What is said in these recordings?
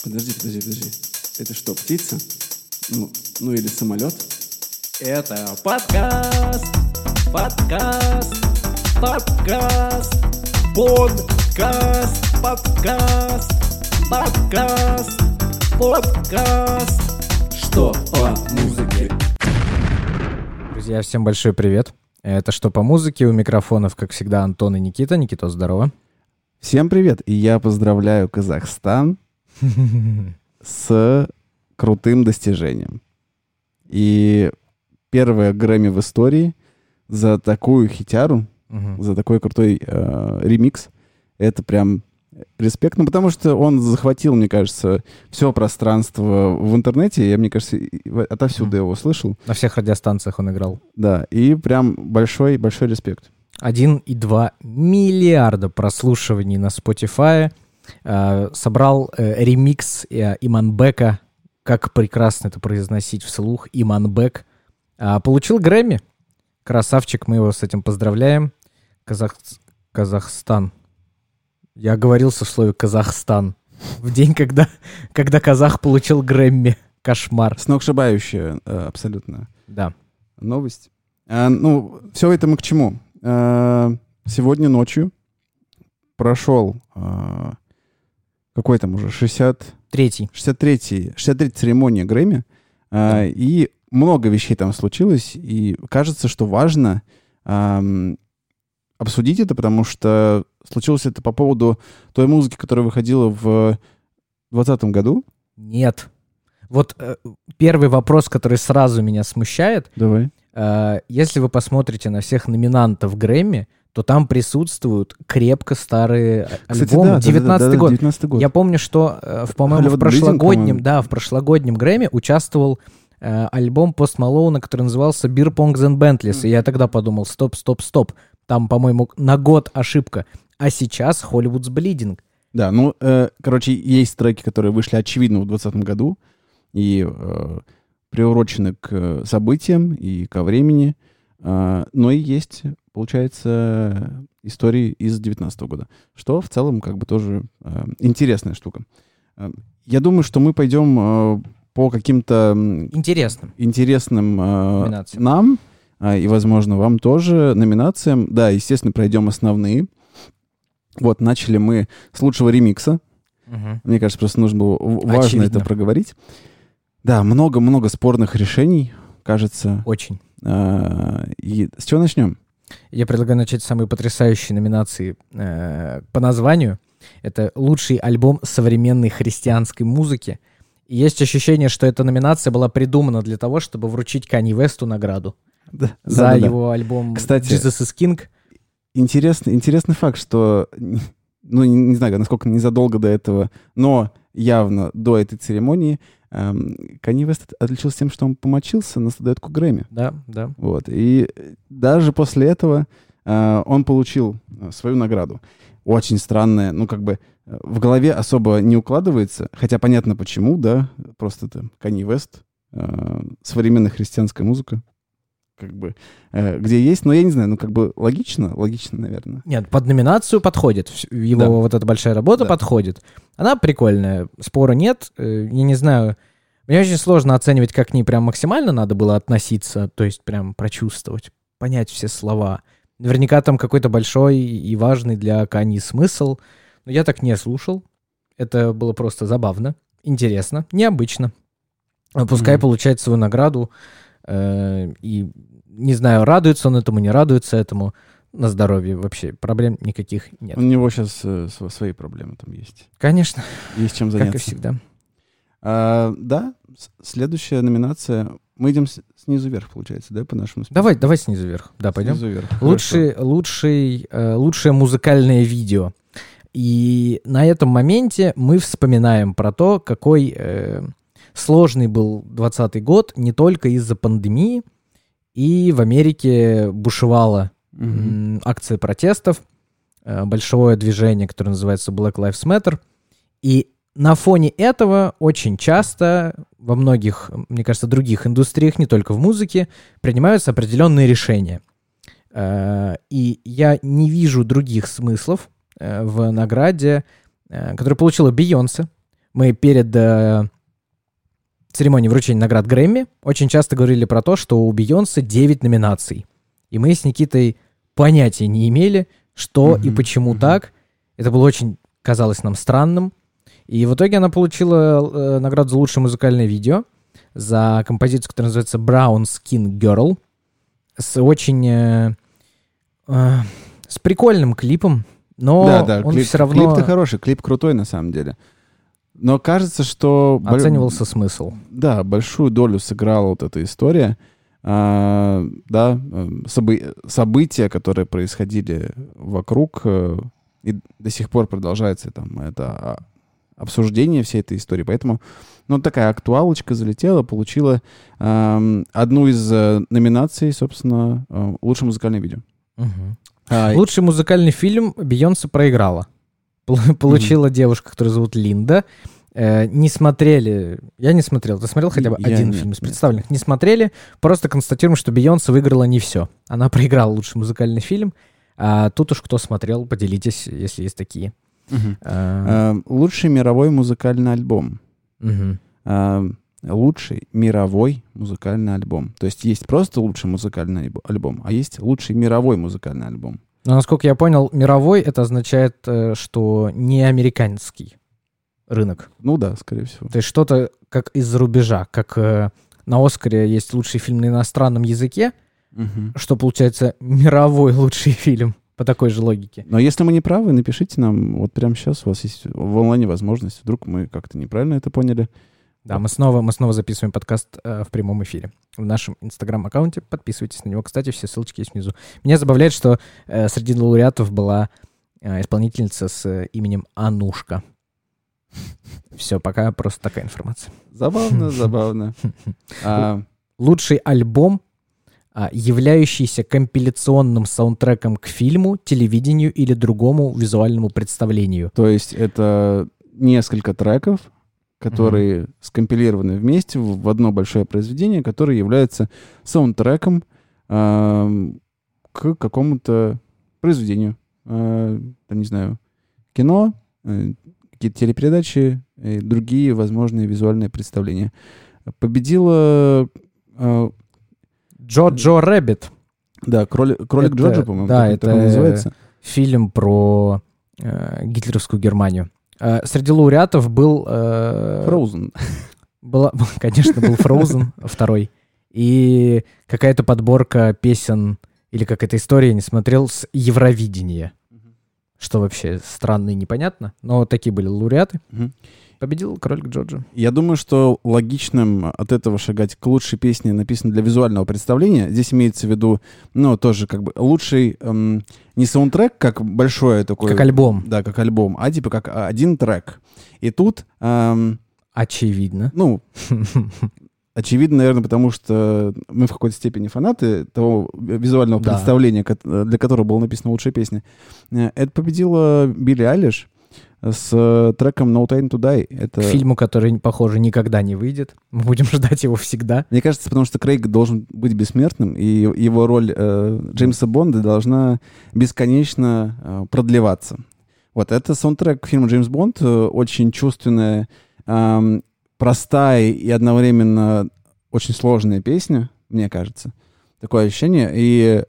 Подожди. Это что, птица? Ну или самолет? Это подкаст. Что по музыке? Друзья, всем большой привет. Это «Что по музыке?» У микрофонов, как всегда, Антон и Никита. Никита, здорово. Всем привет, и я поздравляю Казахстан с крутым достижением. И первое Грэмми в истории за такую хитяру, за такой крутой ремикс. Это прям респект, потому что он захватил, мне кажется, все пространство в интернете. Я, мне кажется, отовсюду его слышал. На всех радиостанциях он играл. Да, и прям большой респект. 1,2 миллиарда прослушиваний на Spotify. Собрал ремикс Иманбека. Как прекрасно это произносить вслух. Иманбек. Получил Грэмми. Красавчик, мы его с этим поздравляем. Казахстан. Я оговорился в слове «Казахстан». В день, когда казах получил Грэмми. Кошмар. Сногсшибающая абсолютно новость. Все это мы к чему? Сегодня ночью прошел какой там уже 63-й церемония Грэмми, и много вещей там случилось, и кажется, что важно обсудить это, потому что случилось это по поводу той музыки, которая выходила в 2020 году. Нет. Вот первый вопрос, который сразу меня смущает. Давай. Если вы посмотрите на всех номинантов Грэмми, то там присутствуют крепко старые альбомы. 19-й год. 19-й год. Я помню, что, по-моему, в прошлогоднем Грэмми участвовал альбом Post Malone, который назывался Beer Pongs and Bentleys. И я тогда подумал, стоп. Там, по-моему, на год ошибка. А сейчас Hollywood's Bleeding. Да, есть треки, которые вышли, очевидно, в 2020 году и приурочены к событиям и ко времени. Но и есть, получается, истории из 2019 года, что в целом как бы тоже интересная штука. Я думаю, что мы пойдем по каким-то интересным нам, и, возможно, вам тоже номинациям. Да, естественно, пройдем основные. Вот, начали мы с лучшего ремикса. Мне кажется, просто нужно было важно это проговорить. Да, много спорных решений, кажется. Очень. И с чего начнем? Я предлагаю начать с самой потрясающей номинации по названию. Это лучший альбом современной христианской музыки. И есть ощущение, что эта номинация была придумана для того, чтобы вручить Канье Весту награду за его альбом, кстати, Jesus is King. Интересный факт, что, не знаю, насколько незадолго до этого, но явно до этой церемонии Канье Вест отличился тем, что он помочился на статуэтку Грэмми. Да. Вот. И даже после этого он получил свою награду. Очень странное, в голове особо не укладывается, хотя понятно почему, да, просто это Канье Вест, современная христианская музыка, где есть, но я не знаю, логично, наверное. Нет, под номинацию подходит, его вот эта большая работа подходит. Она прикольная, спора нет, я не знаю, мне очень сложно оценивать, как к ней прям максимально надо было относиться, то есть прям прочувствовать, понять все слова. Наверняка там какой-то большой и важный для Канье смысл, но я так не слушал, это было просто забавно, интересно, необычно. Пускай получает свою награду, и не знаю, радуется он этому, не радуется этому. На здоровье вообще проблем никаких нет. У него сейчас свои проблемы там есть. Конечно. Есть чем заняться. Как и всегда. Следующая номинация. Мы идем снизу вверх, получается, да, по нашему списку? Давай снизу вверх. Да, пойдем. Снизу вверх. Лучшее музыкальное видео. И на этом моменте мы вспоминаем про то, какой сложный был 2020 год, не только из-за пандемии, и в Америке бушевала акция протестов, большое движение, которое называется Black Lives Matter, и на фоне этого очень часто во многих, мне кажется, других индустриях, не только в музыке, принимаются определенные решения. И я не вижу других смыслов в награде, которую получила Бейонсе. мы перед церемонией вручения наград Грэмми очень часто говорили про то, что у Бейонсе 9 номинаций. И мы с Никитой понятия не имели, что и почему так. Это было очень, казалось нам, странным. И в итоге она получила награду за лучшее музыкальное видео за композицию, которая называется «Brown Skin Girl», с очень... с прикольным клипом, но он все равно... Клип-то хороший, клип крутой на самом деле. Но кажется, что... Оценивался смысл. Да, большую долю сыграла вот эта история. События, которые происходили вокруг, и до сих пор продолжается там это обсуждение всей этой истории. Поэтому, такая актуалочка залетела, получила одну из номинаций, собственно, лучшее музыкальное видео. Лучший музыкальный фильм Бейонсе проиграла. Получила девушка, которую зовут Линда. Не смотрели... Я не смотрел. Ты смотрел хотя бы один фильм из представленных? Не смотрели. Просто констатируем, что Бейонсе выиграла не все. Она проиграла лучший музыкальный фильм. А тут уж кто смотрел, поделитесь, если есть такие. Лучший мировой музыкальный альбом. Лучший мировой музыкальный альбом. То есть есть просто лучший музыкальный альбом, а есть лучший мировой музыкальный альбом. Но, насколько я понял, мировой — это означает, что не американский рынок. Ну да, скорее всего. То есть что-то как из-за рубежа, как на «Оскаре» есть лучший фильм на иностранном языке, что получается мировой лучший фильм по такой же логике. Но если мы не правы, напишите нам вот прямо сейчас, у вас есть в онлайне возможность, вдруг мы как-то неправильно это поняли. Да, мы снова записываем подкаст в прямом эфире в нашем инстаграм-аккаунте. Подписывайтесь на него. Кстати, все ссылочки есть внизу. Меня забавляет, что среди лауреатов была исполнительница с именем Анушка. Все, пока просто такая информация. Забавно. Лучший альбом, являющийся компиляционным саундтреком к фильму, телевидению или другому визуальному представлению. То есть это несколько треков, которые скомпилированы вместе в одно большое произведение, которое является саундтреком к какому-то произведению. Не знаю, кино, какие-то телепередачи и другие возможные визуальные представления. Победила... Джоджо Рэббит. Да, кролик Джоджо, по-моему. Да, это называется. Фильм про гитлеровскую Германию. Среди лауреатов был... Frozen. Конечно, был Frozen, второй. И какая-то подборка песен, или какая-то история, я не смотрел, с Евровидения. Что вообще странно и непонятно. Но такие были лауреаты. Победил кролик Джоджо. Я думаю, что логичным от этого шагать к лучшей песне, написанной для визуального представления. Здесь имеется в виду, тоже как бы лучший не саундтрек, как большое такое... Как альбом. Да, как альбом, а типа как один трек. И тут... Очевидно. Очевидно, наверное, потому что мы в какой-то степени фанаты того визуального представления, для которого была написана лучшая песня. Это победила Билли Айлиш с треком «No Time to Die». Это... К фильму, который, похоже, никогда не выйдет. Мы будем ждать его всегда. Мне кажется, потому что Крейг должен быть бессмертным, и его роль Джеймса Бонда должна бесконечно продлеваться. Вот, это саундтрек к фильму «Джеймс Бонд». Очень чувственная, простая и одновременно очень сложная песня, мне кажется. Такое ощущение. И,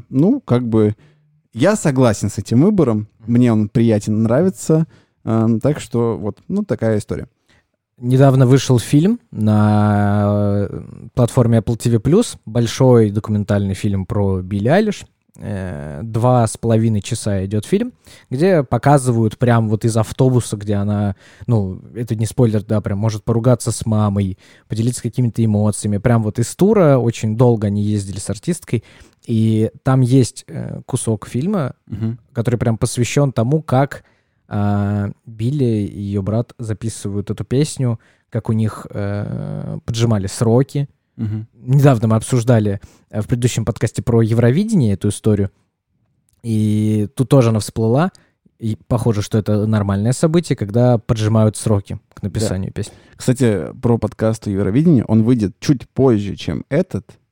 я согласен с этим выбором. Мне он приятен, нравится. Так что вот, такая история. Недавно вышел фильм на платформе Apple TV+, большой документальный фильм про Билли Айлиш. 2,5 часа идет фильм, где показывают прям вот из автобуса, где она, это не спойлер, да, прям может поругаться с мамой, поделиться какими-то эмоциями. Прям вот из тура очень долго они ездили с артисткой, и там есть кусок фильма, который прям посвящен тому, как Билли и ее брат записывают эту песню, как у них поджимали сроки. Недавно мы обсуждали в предыдущем подкасте про Евровидение эту историю, и тут тоже она всплыла, и похоже, что это нормальное событие, когда поджимают сроки к написанию песни. Кстати, про подкаст о Евровидении, он выйдет чуть позже, чем этот. То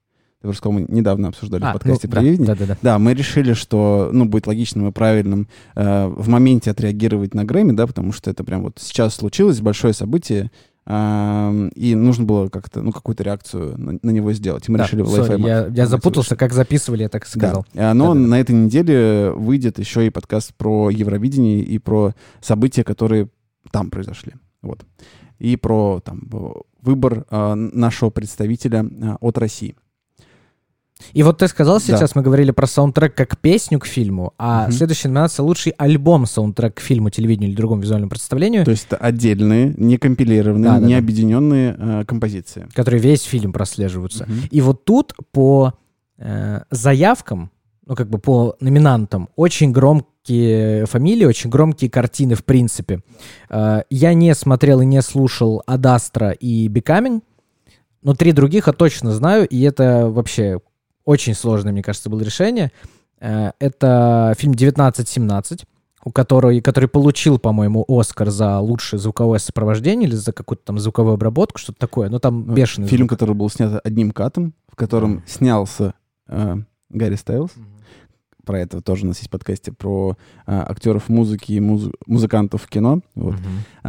Творского мы недавно обсуждали в подкасте про да, Евровидение. Да, мы решили, что, будет логичным и правильным в моменте отреагировать на Грэмми, да, потому что это прям вот сейчас случилось, большое событие, и нужно было как-то, какую-то реакцию на него сделать. И мы решили в лайфхайм. Я запутался, как записывали, я так и сказал. Да. Но на этой неделе выйдет еще и подкаст про Евровидение и про события, которые там произошли. Вот. И про выбор нашего представителя от России. И вот ты сказал сейчас, мы говорили про саундтрек как песню к фильму, а следующая номинация — лучший альбом саундтрек к фильму, телевидению или другому визуальному представлению. То есть это отдельные, не компилированные, не объединенные композиции. Которые весь фильм прослеживаются. И вот тут по заявкам, по номинантам, очень громкие фамилии, очень громкие картины в принципе. Я не смотрел и не слушал Ad Astra и Becoming, но 3 других я точно знаю, и это вообще очень сложное, мне кажется, было решение. Это фильм «1917», который получил, по-моему, Оскар за лучшее звуковое сопровождение или за какую-то там звуковую обработку, что-то такое. Но там бешеный фильм, звук. Который был снят одним катом, в котором снялся Гарри Стайлз. Про это тоже у нас есть в подкасте, про актеров музыки и музыкантов в кино. Вот.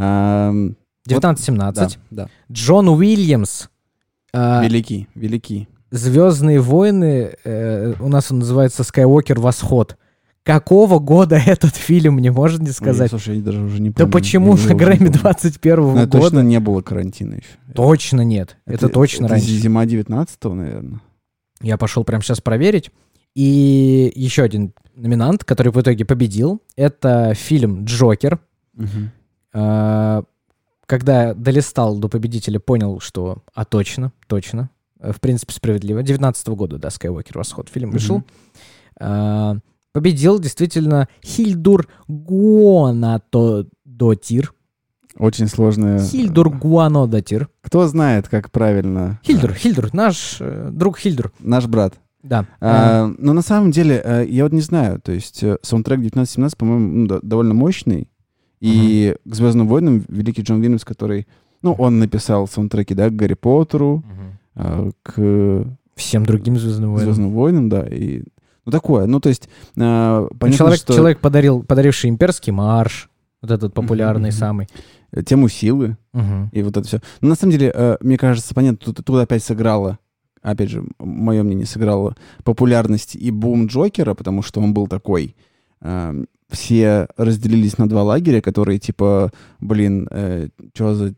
1917. Да. Джон Уильямс. Великий. «Звездные войны», у нас он называется «Скайуокер. Восход». Какого года этот фильм, мне можно не сказать? Слушай, я даже уже не помню. Да почему на Грэмми 21-го года? Точно не было карантина еще. Точно нет. Это точно раньше. Зима 19-го, наверное. Я пошел прямо сейчас проверить. И еще один номинант, который в итоге победил, это фильм «Джокер». Когда долистал до победителя, понял, что точно. В принципе, справедливо. 19-го года, да, «Скайуокер. Восход» фильм вышел. Победил действительно Хильдур Гуанадотир. Очень сложная... Хильдур Гуанадотир. Кто знает, как правильно... Хильдур, наш друг Хильдур. Наш брат. Да. Но на самом деле, я вот не знаю, то есть саундтрек 1917, по-моему, довольно мощный. И к «Звездным войнам» великий Джон Уильямс, который... он написал саундтреки, да, к «Гарри Поттеру», к... Всем другим «Звездным войнам», да, и... такое, то есть... понятно, человек, подаривший «Имперский марш», вот этот популярный самый. Тему силы, и вот это все. Но на самом деле, мне кажется, понятно, тут опять сыграла, опять же, мое мнение, сыграла популярность и бум Джокера, потому что он был такой... все разделились на 2 лагеря, которые, что за,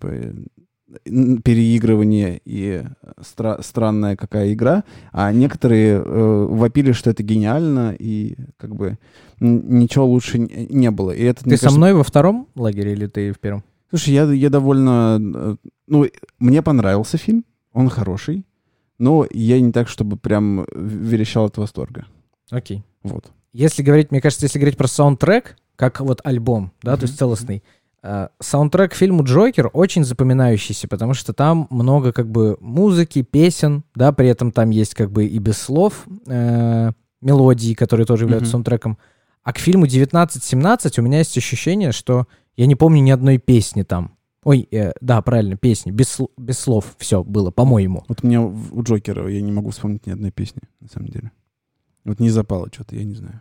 переигрывание и странная какая игра, а некоторые вопили, что это гениально, и ничего лучше не было. И это, ты со мной во 2-м лагере или ты в 1-м? Слушай, я довольно... мне понравился фильм, он хороший, но я не так, чтобы прям верещал от восторга. Окей. Вот. Если говорить про саундтрек, как вот альбом, да, то есть целостный, саундтрек к фильму «Джокер» очень запоминающийся, потому что там много музыки, песен, да, при этом там есть и без слов мелодии, которые тоже являются саундтреком. А к фильму «1917» у меня есть ощущение, что я не помню ни одной песни там. Да, правильно, песни, без слов все было, по-моему. Вот у меня у «Джокера» я не могу вспомнить ни одной песни, на самом деле. Вот не запало что-то, я не знаю.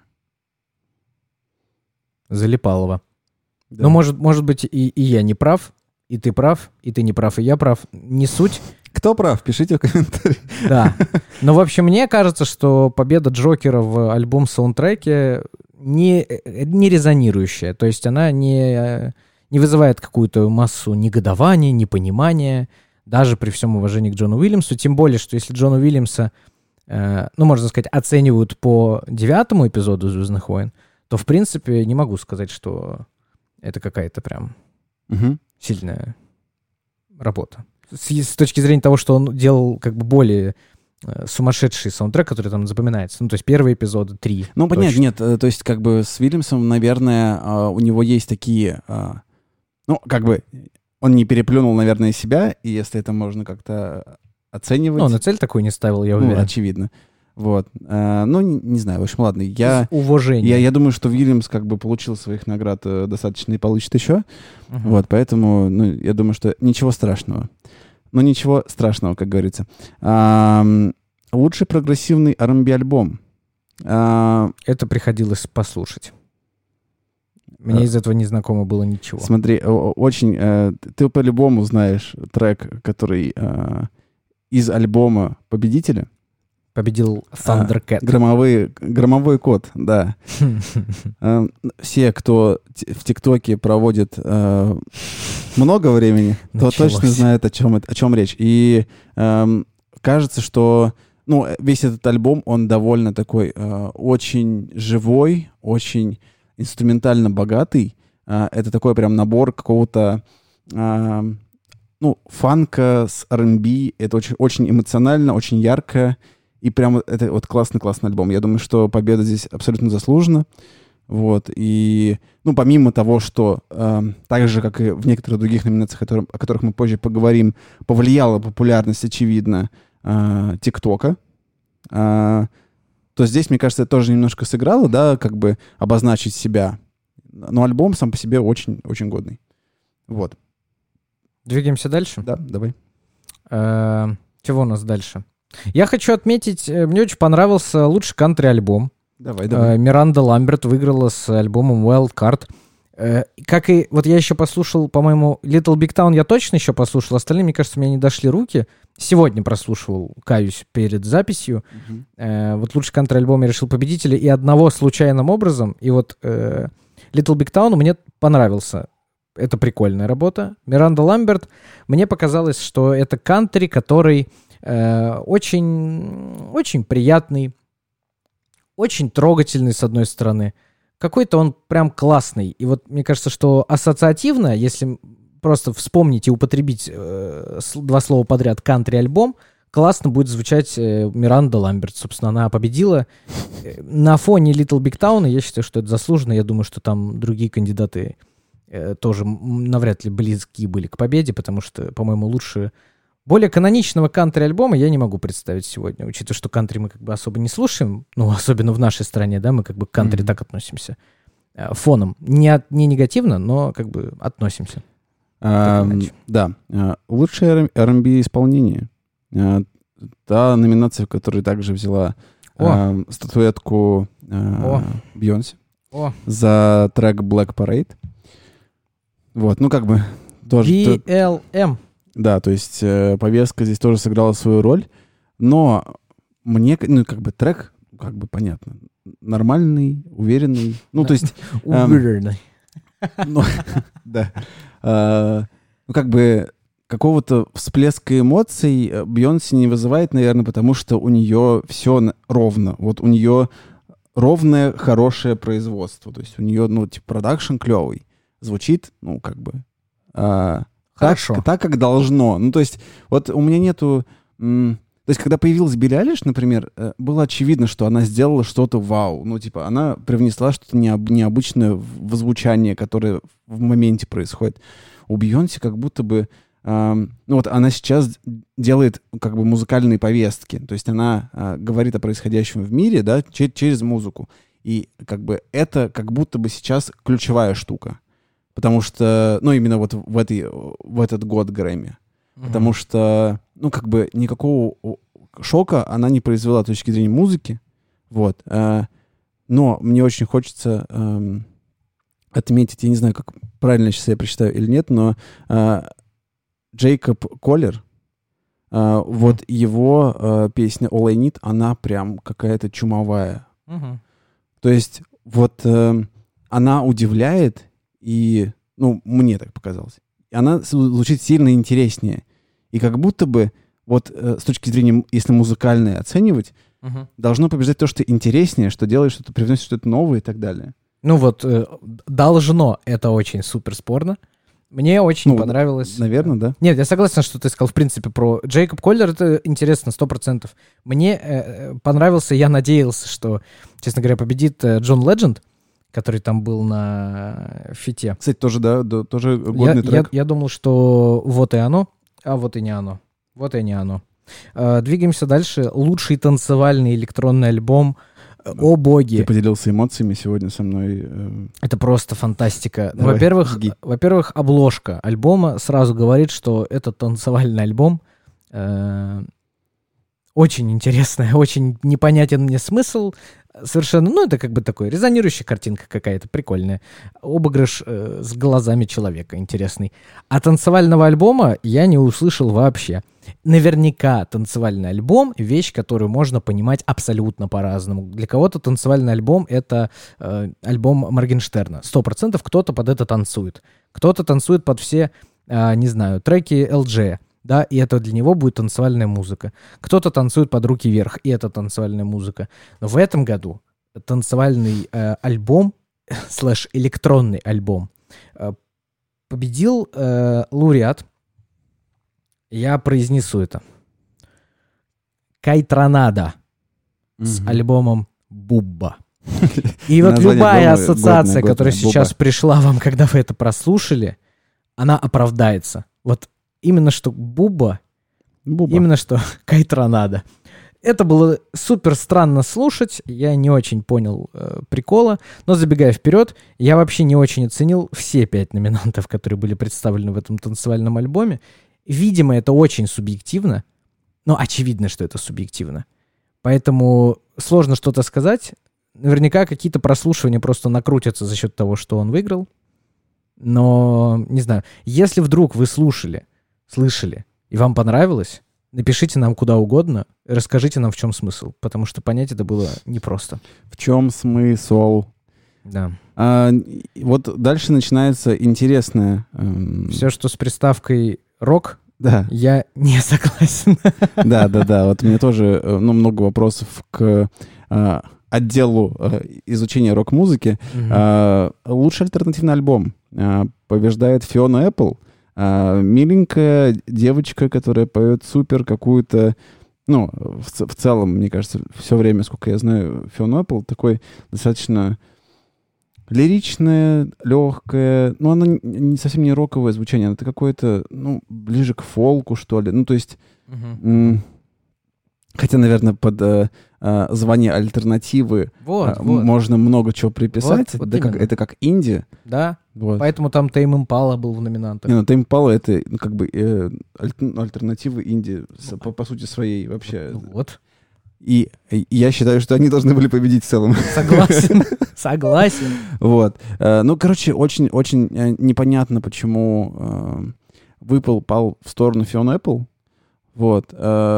Залипалово. Да. Ну, может быть, и я не прав, и ты прав, и ты не прав, и я прав. Не суть. Кто прав? Пишите в комментариях. Да. Но, в общем, мне кажется, что победа Джокера в альбом-саундтреке не резонирующая. То есть она не вызывает какую-то массу негодования, непонимания, даже при всем уважении к Джону Уильямсу. Тем более, что если Джона Уильямса, можно сказать, оценивают по 9-му эпизоду «Звездных войн», то, в принципе, не могу сказать, что это какая-то прям сильная работа. С точки зрения того, что он делал более сумасшедший саундтрек, который там запоминается. То есть первые эпизоды 3. Понятно, нет, то есть с Уильямсом, наверное, у него есть такие... он не переплюнул, наверное, себя, и если это можно как-то оценивать... Он и цель такой не ставил, я уверен. Очевидно. Вот. Не знаю, в общем, ладно. Уважение. Я думаю, что Уильямс получил своих наград достаточно и получит еще. Вот, поэтому, я думаю, что ничего страшного. Ничего страшного, как говорится. Лучший прогрессивный R&B альбом. Это приходилось послушать. Мне из этого не знакомо было ничего. Смотри, очень... Ты по-любому знаешь трек, который из альбома «Победителя». Победил Thundercat. Громовой кот, да. Все, кто в ТикТоке проводит много времени, то точно знают, о чем речь. И кажется, что весь этот альбом, он довольно такой очень живой, очень инструментально богатый. Это такой прям набор какого-то фанка с R&B. Это очень, очень эмоционально, очень ярко. И прям это вот классный-классный альбом. Я думаю, что победа здесь абсолютно заслужена. Вот. И, помимо того, что так же, как и в некоторых других номинациях, о которых мы позже поговорим, повлияла популярность, очевидно, ТикТока, то здесь, мне кажется, это тоже немножко сыграло, да, как бы обозначить себя. Но альбом сам по себе очень-очень годный. Вот. Двигаемся дальше? Да, давай. Чего у нас дальше? Я хочу отметить, мне очень понравился лучший кантри-альбом. Давай. Миранда Ламберт выиграла с альбомом Wild Card. Как и... Вот я еще послушал, по-моему, Little Big Town я точно еще послушал. Остальные, мне кажется, у меня не дошли руки. Сегодня прослушивал, каюсь, перед записью. Вот лучший кантри-альбом я решил победителя. И одного случайным образом. И вот Little Big Town мне понравился. Это прикольная работа. Миранда Ламберт. Мне показалось, что это кантри, который... очень, очень приятный, очень трогательный, с одной стороны. Какой-то он прям классный. И вот мне кажется, что ассоциативно, если просто вспомнить и употребить два слова подряд «кантри-альбом», классно будет звучать Миранда Ламберт. Собственно, она победила. На фоне Little Big Town я считаю, что это заслуженно. Я думаю, что там другие кандидаты тоже навряд ли близки были к победе, потому что, по-моему, лучше... Более каноничного кантри-альбома я не могу представить сегодня, учитывая, что кантри мы как бы особо не слушаем, особенно в нашей стране, да, мы как бы к кантри так относимся. Фоном. Не негативно, но как бы относимся. Да. Лучшее R&B исполнение. Та номинация, в которой также взяла статуэтку Бейонсе за трек Black Parade. Вот, как бы тоже... BLM. Да, то есть повестка здесь тоже сыграла свою роль, но мне, трек, понятно, нормальный, уверенный, то есть... Уверенный. Да. Какого-то всплеска эмоций Бейонсе не вызывает, наверное, потому что у нее все ровно. Вот у нее ровное, хорошее производство. То есть у нее, продакшн клевый. Звучит, Хорошо. Так, как должно. То есть, вот у меня нету... То есть, когда появилась Билли Айлиш, например, было очевидно, что она сделала что-то вау. Она привнесла что-то необычное в звучание, которое в моменте происходит. У Бейонсе как будто бы... она сейчас делает музыкальные повестки. То есть, она говорит о происходящем в мире, да, через музыку. И это как будто бы сейчас ключевая штука. Потому что, именно вот в этот год Грэмми. Потому что, никакого шока она не произвела с точки зрения музыки. Вот. Но мне очень хочется отметить, я не знаю, как правильно сейчас я прочитаю или нет, но Джейкоб Коллер, вот его песня All I Need, она прям какая-то чумовая. То есть вот она удивляет, и, мне так показалось. И она звучит сильно интереснее. И как будто бы, с точки зрения, если музыкально оценивать, должно побеждать то, что интереснее, что делает что-то, привносит что-то новое и так далее. Должно, это очень супер спорно. Мне очень понравилось. Наверное, да. Нет, я согласен, что ты сказал, в принципе, про Джейкоб Коллер. Это интересно, 100%. Мне понравился, я надеялся, что, честно говоря, победит Джон Ледженд, который там был на фите. Кстати, тоже, да, тоже годный трек. Я думал, что вот и оно, а вот и не оно. Вот и не оно. Двигаемся дальше. Лучший танцевальный электронный альбом. О боги. Ты поделился эмоциями сегодня со мной. Это просто фантастика. Давай, Во-первых, обложка альбома сразу говорит, что это танцевальный альбом. очень интересная, очень непонятен мне смысл. Совершенно, ну, это как бы такой резонирующая картинка какая-то прикольная. Обыгрыш с глазами человека интересный. А танцевального альбома я не услышал вообще. Наверняка танцевальный альбом — вещь, которую можно понимать абсолютно по-разному. Для кого-то танцевальный альбом — это альбом Моргенштерна. 100% кто-то под это танцует. Кто-то танцует под все, не знаю, треки LG. Да, и это для него будет танцевальная музыка. Кто-то танцует под руки вверх, и это танцевальная музыка. Но в этом году танцевальный альбом, /электронный альбом, победил лауреат. Я произнесу это. Кайтранада с альбомом «Бубба». И вот любая ассоциация, которая сейчас пришла вам, когда вы это прослушали, она оправдается. Вот именно что Бубба, именно что Кайтранада. Это было супер странно слушать, я не очень понял прикола, но забегая вперед, я вообще не очень оценил все 5 номинантов, которые были представлены в этом танцевальном альбоме. Видимо, это очень субъективно, но очевидно, что это субъективно. Поэтому сложно что-то сказать. Наверняка какие-то прослушивания просто накрутятся за счет того, что он выиграл. Но, не знаю, если вдруг вы слышали, и вам понравилось, напишите нам куда угодно, расскажите нам, в чем смысл, потому что понять это было непросто. В чем смысл? Да. Вот дальше начинается интересное. Все, что с приставкой «рок», да. Я не согласен. Да. Вот у меня тоже много вопросов к отделу изучения рок-музыки. Лучший альтернативный альбом побеждает Фиона Эппл. Миленькая девочка, которая поет супер какую-то... Ну, в целом, мне кажется, все время, сколько я знаю Фиону Эппл, такой достаточно лиричная, легкая. Ну, она не совсем не роковое звучание, это какое-то, ближе к фолку, что ли. Ну, то есть... Хотя, наверное, под звание альтернативы можно много чего приписать. Вот это как инди. Да, вот. Поэтому там Тейм Импала был в номинантах. Тейм Импала — это как бы альтернативы инди по сути своей вообще. Вот. И я считаю, что они должны были победить в целом. Согласен. Вот. Очень непонятно, почему пал в сторону Фиона Эппл. Вот.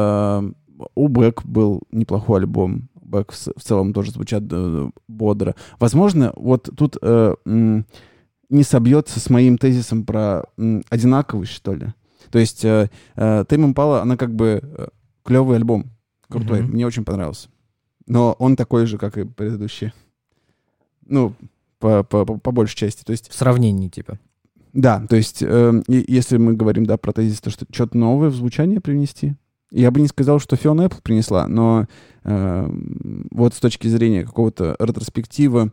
У Бэк был неплохой альбом. Бэк в целом тоже звучат бодро. Возможно, вот тут не собьется с моим тезисом про одинаковость, что ли. То есть Тейм Импала, она как бы клевый альбом. Крутой. Мне очень понравился. Но он такой же, как и предыдущие. Ну, по большей части. То есть, в сравнении, типа. Да, то есть, если мы говорим, да, про тезис, то что что-то новое в звучание привнести. Я бы не сказал, что Фиона Эппл принесла, но вот с точки зрения какого-то ретроспектива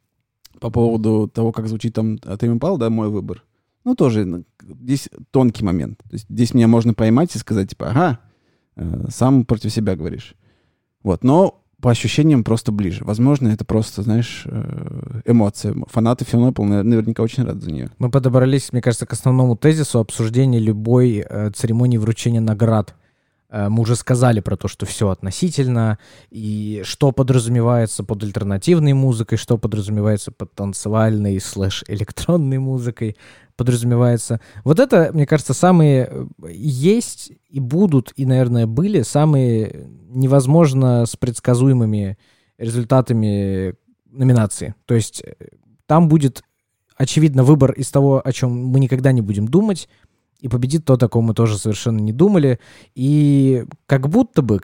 по поводу того, как звучит там Тейм Импала, да, мой выбор. Ну, тоже здесь тонкий момент. То есть здесь меня можно поймать и сказать, типа, ага, сам против себя говоришь. Вот, но по ощущениям просто ближе. Возможно, это просто, знаешь, эмоция. Фанаты Фиона Эппл наверняка очень рады за нее. Мы подобрались, мне кажется, к основному тезису обсуждения любой церемонии вручения наград. Мы уже сказали про то, что все относительно, и что подразумевается под альтернативной музыкой, что подразумевается под танцевальной /электронной музыкой, подразумевается. Вот это, мне кажется, самые есть и будут, и, наверное, были самые невозможно с предсказуемыми результатами номинации. То есть там будет, очевидно, выбор из того, о чем мы никогда не будем думать, и победит то, о ком мы тоже совершенно не думали. И как будто бы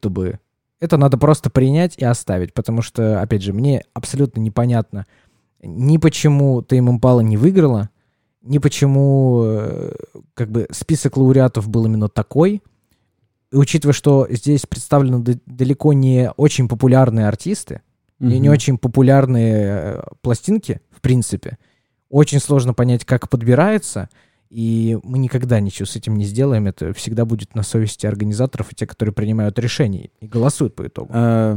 это надо просто принять и оставить. Потому что, опять же, мне абсолютно непонятно ни почему Тейм Импала не выиграла, ни почему как бы список лауреатов был именно такой. И учитывая, что здесь представлены далеко не очень популярные артисты, и не очень популярные пластинки, в принципе, очень сложно понять, как подбирается. И мы никогда ничего с этим не сделаем. Это всегда будет на совести организаторов и те, которые принимают решения и голосуют по итогу.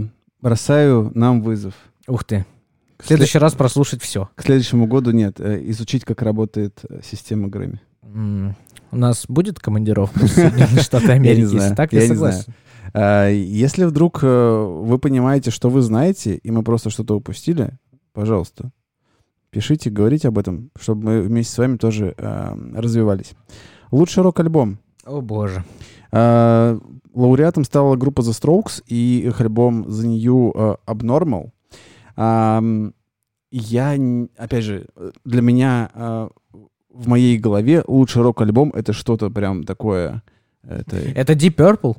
Бросаю нам вызов. Ух ты. В следующий раз прослушать все. К следующему году нет. Изучить, как работает система Грэмми. У нас будет командировка в Соединенные Штаты Америки? Я не знаю. Так, я согласен. Если вдруг вы понимаете, что вы знаете, и мы просто что-то упустили, пожалуйста, пишите, говорите об этом, чтобы мы вместе с вами тоже развивались. Лучший рок-альбом. О, боже. Лауреатом стала группа The Strokes и их альбом The New Abnormal. Опять же, для меня в моей голове лучший рок-альбом — это что-то прям такое... Это Deep Purple?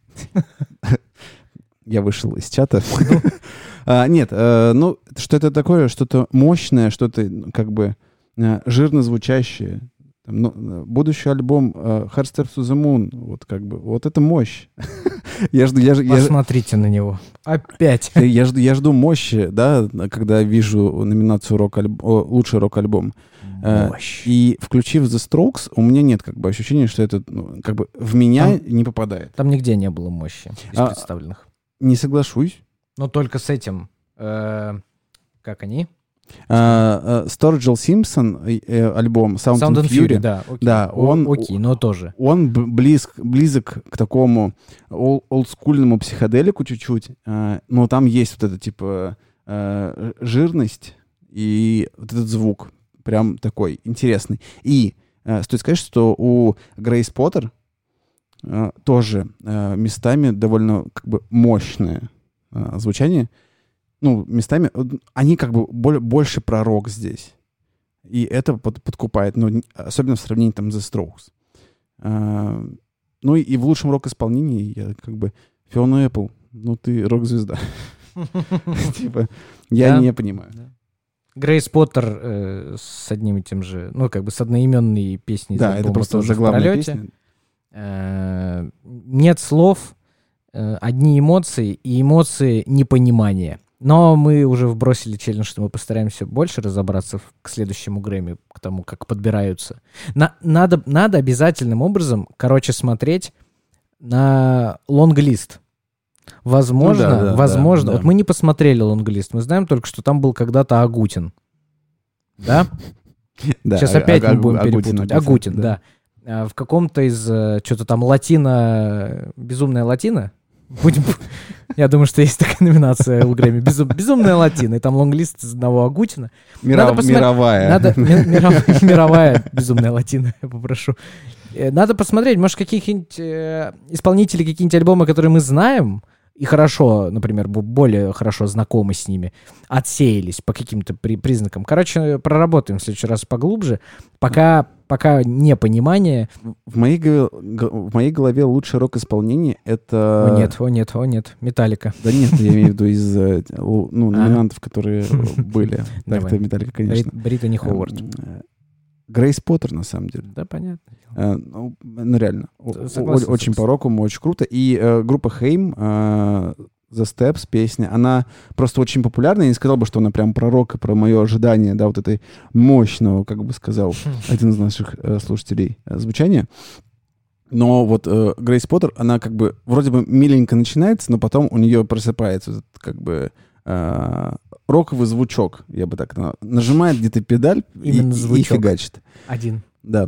Я вышел из чата. Нет, ну, что это такое, что-то мощное, что-то как бы жирно звучащее. Будущий альбом Hard Steps to the Moon, вот как бы, вот это мощь. Посмотрите на него. Опять. Я жду мощи, да, когда вижу номинацию лучший рок-альбом. Мощь. И включив The Strokes, у меня нет как бы ощущения, что это как бы в меня не попадает. Там нигде не было мощи из представленных. Не соглашусь. Но только с этим. Как они? Sturgill Simpson альбом Sound and Fury. Да, окей. Да, окей, но тоже. Он близок к такому олдскульному психоделику чуть-чуть, но там есть вот эта типа жирность и вот этот звук прям такой интересный. И стоит сказать, что у Грейс Поттер тоже местами довольно как бы мощное звучание. Ну, местами они как бы больше про рок здесь. И это подкупает, ну, особенно в сравнении там с The Strokes. Ну и в лучшем рок-исполнении я как бы Фиона Эппл, ну ты рок-звезда. Типа, я не понимаю. Грейс Поттер с одним и тем же, ну, как бы с одноименной песней. Да, это просто заглавная песня. Нет слов, одни эмоции, и эмоции непонимания. Но мы уже вбросили челлендж, что мы постараемся больше разобраться к следующему Грэмми, к тому, как подбираются. Надо обязательным образом, смотреть на лонглист. Возможно, да. Вот мы не посмотрели лонглист, мы знаем только, что там был когда-то Агутин. Да? Да. Сейчас опять мы будем перепутать. Агутин, да. В каком-то из, что-то там безумная латина? Я думаю, что есть такая номинация у Грэмми. Безумная латина. И там лонглист одного Агутина. Мировая. Мировая безумная латина, я попрошу. Надо посмотреть, может, каких-нибудь исполнителей, какие-нибудь альбомы, которые мы знаем, и хорошо, например, более хорошо знакомы с ними, отсеялись по каким-то признакам. Проработаем в следующий раз поглубже. Пока непонимание. В моей голове лучшее рок-исполнение — это... О нет, Металлика. Да нет, я имею в виду из номинантов, которые были. Так-то Металлика, конечно. Бриттани Ховард. Грейс Поттер, на самом деле. Да, понятно. Ну, реально. Очень по-роковому, очень круто. И группа Haim, The Steps, песня, она просто очень популярна. Я не сказал бы, что она прям про рок и про мое ожидание, да, вот этой мощного, как бы сказал один из наших слушателей, звучания. Но вот Грейс Поттер, она как бы вроде бы миленько начинается, но потом у нее просыпается этот, как бы роковый звучок, я бы так назвал. Нажимает где-то педаль и фигачит. Один. Да.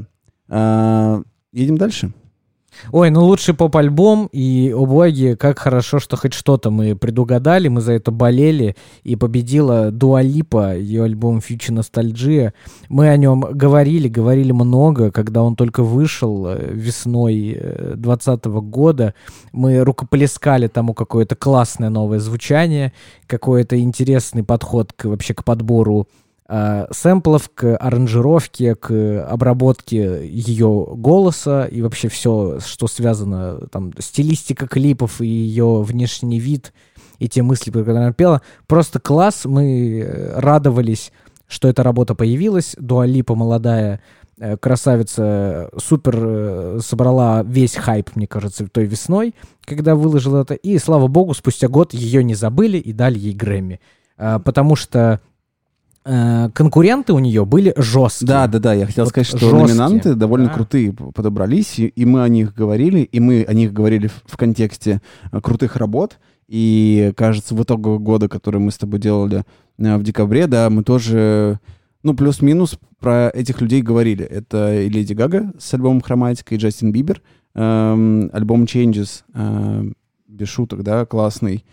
Едем дальше. Ой, лучший поп-альбом, и, о боги, как хорошо, что хоть что-то мы предугадали, мы за это болели, и победила Дуа Липа, ее альбом Future Nostalgia. Мы о нем говорили много, когда он только вышел весной 2020 года. Мы рукоплескали тому какое-то классное новое звучание, какой-то интересный подход вообще к подбору сэмплов, к аранжировке, к обработке ее голоса и вообще все, что связано, там, стилистика клипов и ее внешний вид, и те мысли, которые она пела. Просто класс, мы радовались, что эта работа появилась. Дуа Липа молодая красавица супер собрала весь хайп, мне кажется, той весной, когда выложила это, и, слава богу, спустя год ее не забыли и дали ей Грэмми. Потому что конкуренты у нее были жесткие. Да, я хотел сказать, что жесткие. Номинанты довольно крутые подобрались, и мы о них говорили, в контексте крутых работ, и, кажется, в итоге года, который мы с тобой делали в декабре, да, мы тоже, плюс-минус про этих людей говорили. Это и Леди Гага с альбомом «Хроматика», и Джастин Бибер, альбом «Changes», без шуток, да, классный.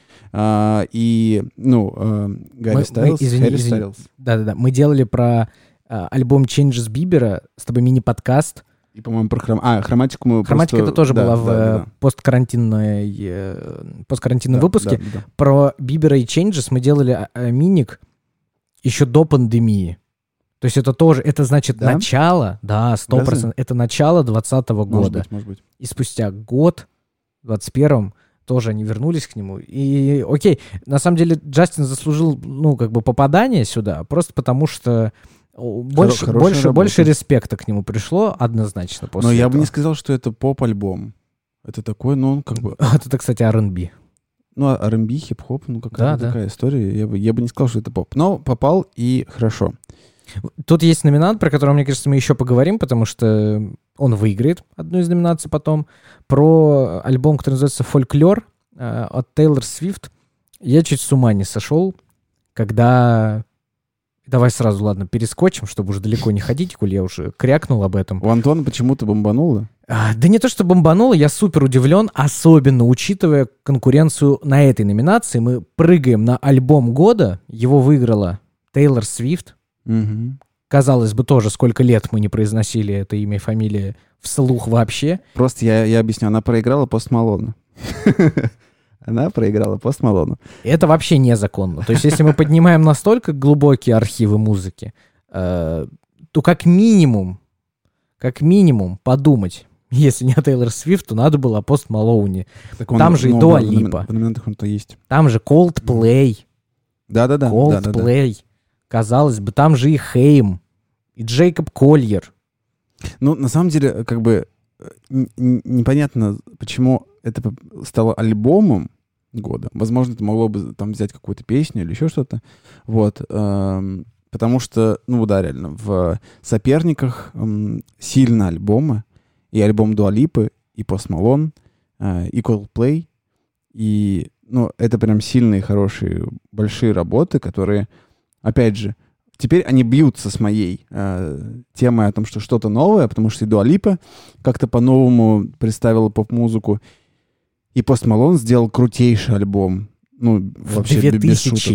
И, Гарри Стайлз, извини. Да-да-да, мы делали про альбом Changes Бибера, с тобой мини-подкаст. И, по-моему, про хроматику мы Хроматика это тоже была в посткарантинном выпуске. Да. Про Бибера и Changes мы делали миник еще до пандемии. То есть это тоже, это значит начало, 100%, это начало 2020 года. Может быть. И спустя год, в 2021-м, тоже они вернулись к нему. И окей, на самом деле Джастин заслужил, попадание сюда, просто потому что больше респекта к нему пришло однозначно после Но этого. я бы не сказал, что это поп-альбом. Это такой, Это, кстати, R&B. R&B, хип-хоп, какая-то такая история. Я бы не сказал, что это поп. Но попал, и хорошо. Тут есть номинант, про которого, мне кажется, мы еще поговорим, потому что он выиграет одну из номинаций потом. Про альбом, который называется «Фольклор» от Тейлор Свифт. Я чуть с ума не сошел, когда... Давай сразу, ладно, перескочим, чтобы уже далеко не ходить, коль я уже крякнул об этом. У Антона почему-то бомбануло? Да не то, что бомбануло, я супер удивлен, особенно учитывая конкуренцию на этой номинации. Мы прыгаем на альбом года, его выиграла Тейлор Свифт. Угу. Казалось бы, тоже сколько лет мы не произносили это имя и фамилия вслух вообще. Просто я объясню, она проиграла Пост Малона. Она проиграла Пост Малону. Это вообще незаконно. То есть если мы поднимаем настолько глубокие архивы музыки, то как минимум подумать, если не о Тейлор Свифт, то надо было о Пост Малоуне. Там же и Дуа Липа. В номинантах он-то есть. Там же Coldplay. Да-да-да. Coldplay. Казалось бы, там же и Хейм, и Джейкоб Кольер. На самом деле, непонятно, почему это стало альбомом года. Возможно, это могло бы там взять какую-то песню или еще что-то. Потому что, реально, в соперниках сильно альбомы. И альбом Дуа Липы, и Пост Малон, и Coldplay. И, это прям сильные, хорошие, большие работы, которые... Опять же, теперь они бьются с моей темой о том, что что-то новое, потому что и Дуа Липа как-то по-новому представила поп-музыку, и Пост Малон сделал крутейший альбом. Вообще в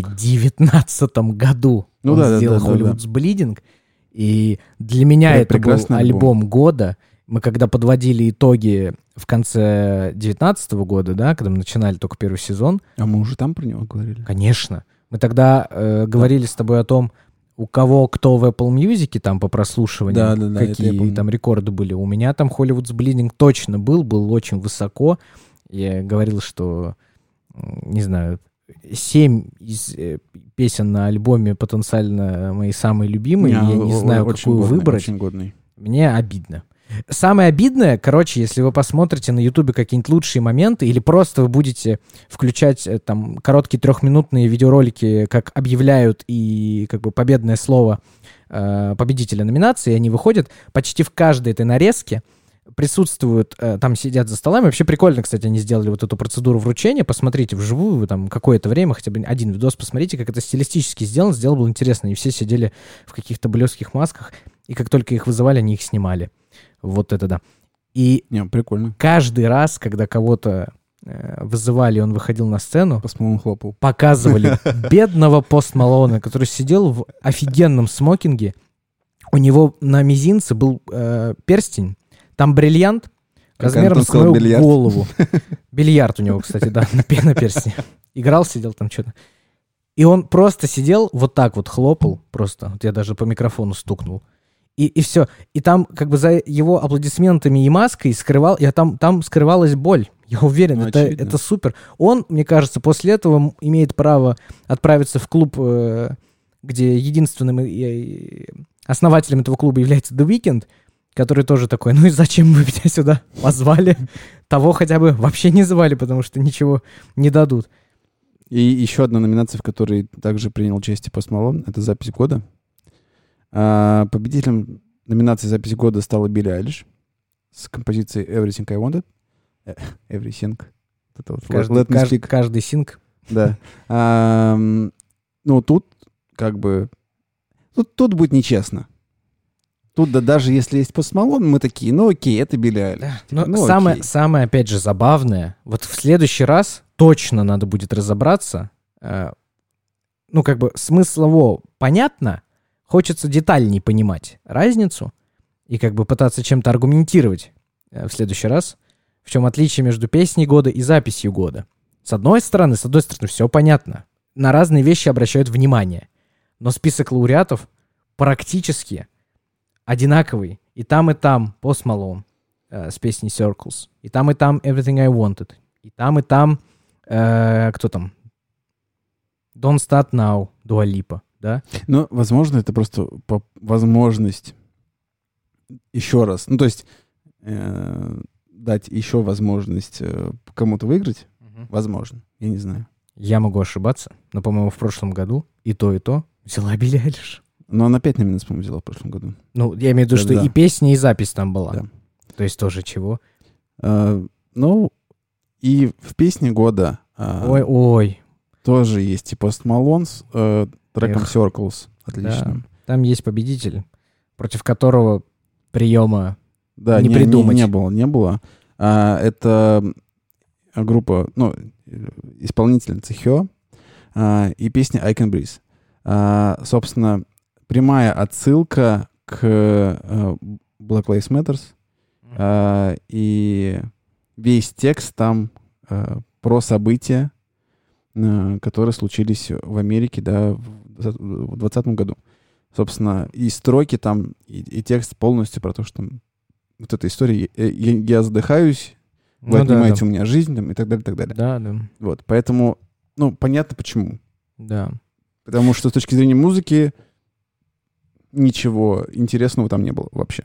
2019 году он сделал Hollywood's Bleeding, и для меня это был альбом года. Мы когда подводили итоги в конце 2019 года, да, когда мы начинали только первый сезон. А мы уже там про него говорили? Конечно. Мы тогда говорили с тобой о том, у кого кто в Apple Music там по прослушиванию, какие там рекорды были. У меня там Hollywood's Bleeding точно был очень высоко. Я говорил, что, не знаю, 7 из песен на альбоме потенциально мои самые любимые. Я не знаю, какую выбрать. Очень годный. Мне обидно. Самое обидное, если вы посмотрите на Ютубе какие-нибудь лучшие моменты, или просто вы будете включать там короткие 3-минутные видеоролики, как объявляют и победное слово победителя номинации, они выходят, почти в каждой этой нарезке присутствуют, там сидят за столами. Вообще прикольно, кстати, они сделали вот эту процедуру вручения. Посмотрите вживую, вы там какое-то время, хотя бы один видос посмотрите, как это стилистически сделано. Сделано было интересно. И все сидели в каких-то блёстких масках, и как только их вызывали, они их снимали. Вот это да. И прикольно. Каждый раз, когда кого-то вызывали, он выходил на сцену, Пост Малон хлопал. Показывали бедного Пост Малона, который сидел в офигенном смокинге. У него на мизинце был перстень, там бриллиант размером с мою голову. Бильярд у него, кстати, да, на перстне. Играл, сидел там что-то. И он просто сидел, вот так вот хлопал, просто. Вот я даже по микрофону стукнул. И все. И там за его аплодисментами и маской там скрывалась боль. Я уверен, это супер. Он, мне кажется, после этого имеет право отправиться в клуб, где единственным основателем этого клуба является The Weeknd, который тоже такой, и зачем вы меня сюда позвали? Того хотя бы вообще не звали, потому что ничего не дадут. И еще одна номинация, в которой также принял участие Пост Малон, это «Запись года». Победителем номинации «Запись года» стала Билли Айлиш с композицией «Everything I Wanted». Everything. Каждый синг. Да. Тут тут будет нечестно. Тут да даже если есть Post Malone, мы такие, ну окей, это Билли Айлиш. Но самое, опять же, забавное, вот в следующий раз точно надо будет разобраться, ну, как бы смыслово понятно, хочется детальней понимать разницу и как бы пытаться чем-то аргументировать в следующий раз, в чем отличие между песней года и записью года. С одной стороны, все понятно. На разные вещи обращают внимание. Но список лауреатов практически одинаковый. И там Post Malone с песней Circles. И там Everything I Wanted. И там кто там? Don't Start Now, Dua Lipa, да? Ну, возможно, это просто возможность еще раз. Ну, то есть дать еще возможность кому-то выиграть. Возможно. Я не знаю. Я могу ошибаться, но, по-моему, в прошлом году и то взяла Билли Айлиш. Но она 5 номинаций, по-моему, взяла в прошлом году. Ну, я имею в виду, что Да. и песня, и запись там была. Да. То есть тоже чего? Ну, и в песне года Ой. тоже есть и Post Malone с треком Эх. Circles. Отлично. Да. Там есть победитель, против которого приема Да, не придумать. Не было. Это группа, ну, исполнительница Хё и песня I Can Breathe. Собственно, прямая отсылка к Black Lives Matter. И весь текст там про события, которые случились в Америке, да, в 2020 году. Собственно, и строки там, и текст полностью про то, что там вот эта история «я задыхаюсь», «вы отнимаете у меня жизнь», там, и так далее, и так далее. Да. Вот, поэтому, ну, понятно почему. Да. Потому что с точки зрения музыки ничего интересного там не было вообще.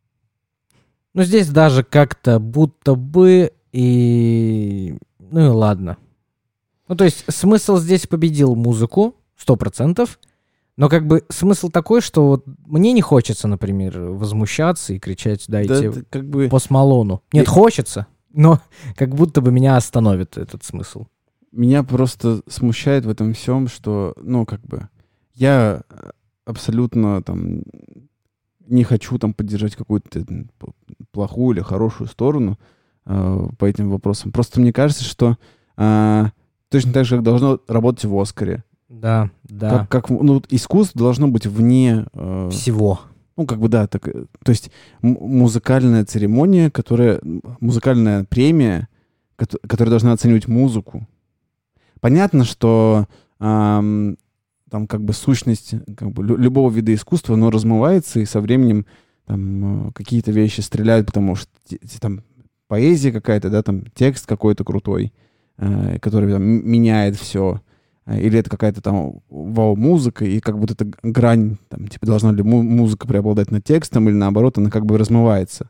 Ну, здесь даже как-то будто бы и... Ну и ладно. Ну, то есть смысл здесь победил музыку, 100%. Но как бы смысл такой, что вот мне не хочется, например, возмущаться и кричать «дайте Да, как бы... Post Malone». Нет, хочется, но как будто бы меня остановит этот смысл. Меня просто смущает в этом всем, что, ну, как бы, я абсолютно там не хочу там поддержать какую-то плохую или хорошую сторону по этим вопросам. Просто мне кажется, что точно так же, как должно работать в «Оскаре». Да. Ну, искусство должно быть вне... Всего. Ну, как бы, да. То есть музыкальная церемония, музыкальная премия, которая должна оценивать музыку. Понятно, что там как бы сущность как бы любого вида искусства, оно размывается, и со временем там какие-то вещи стреляют, потому что там поэзия какая-то, да, там текст какой-то крутой, который там меняет все. Или это какая-то там вау-музыка, и как будто эта грань, там, типа, должна ли музыка преобладать над текстом, или наоборот, она как бы размывается.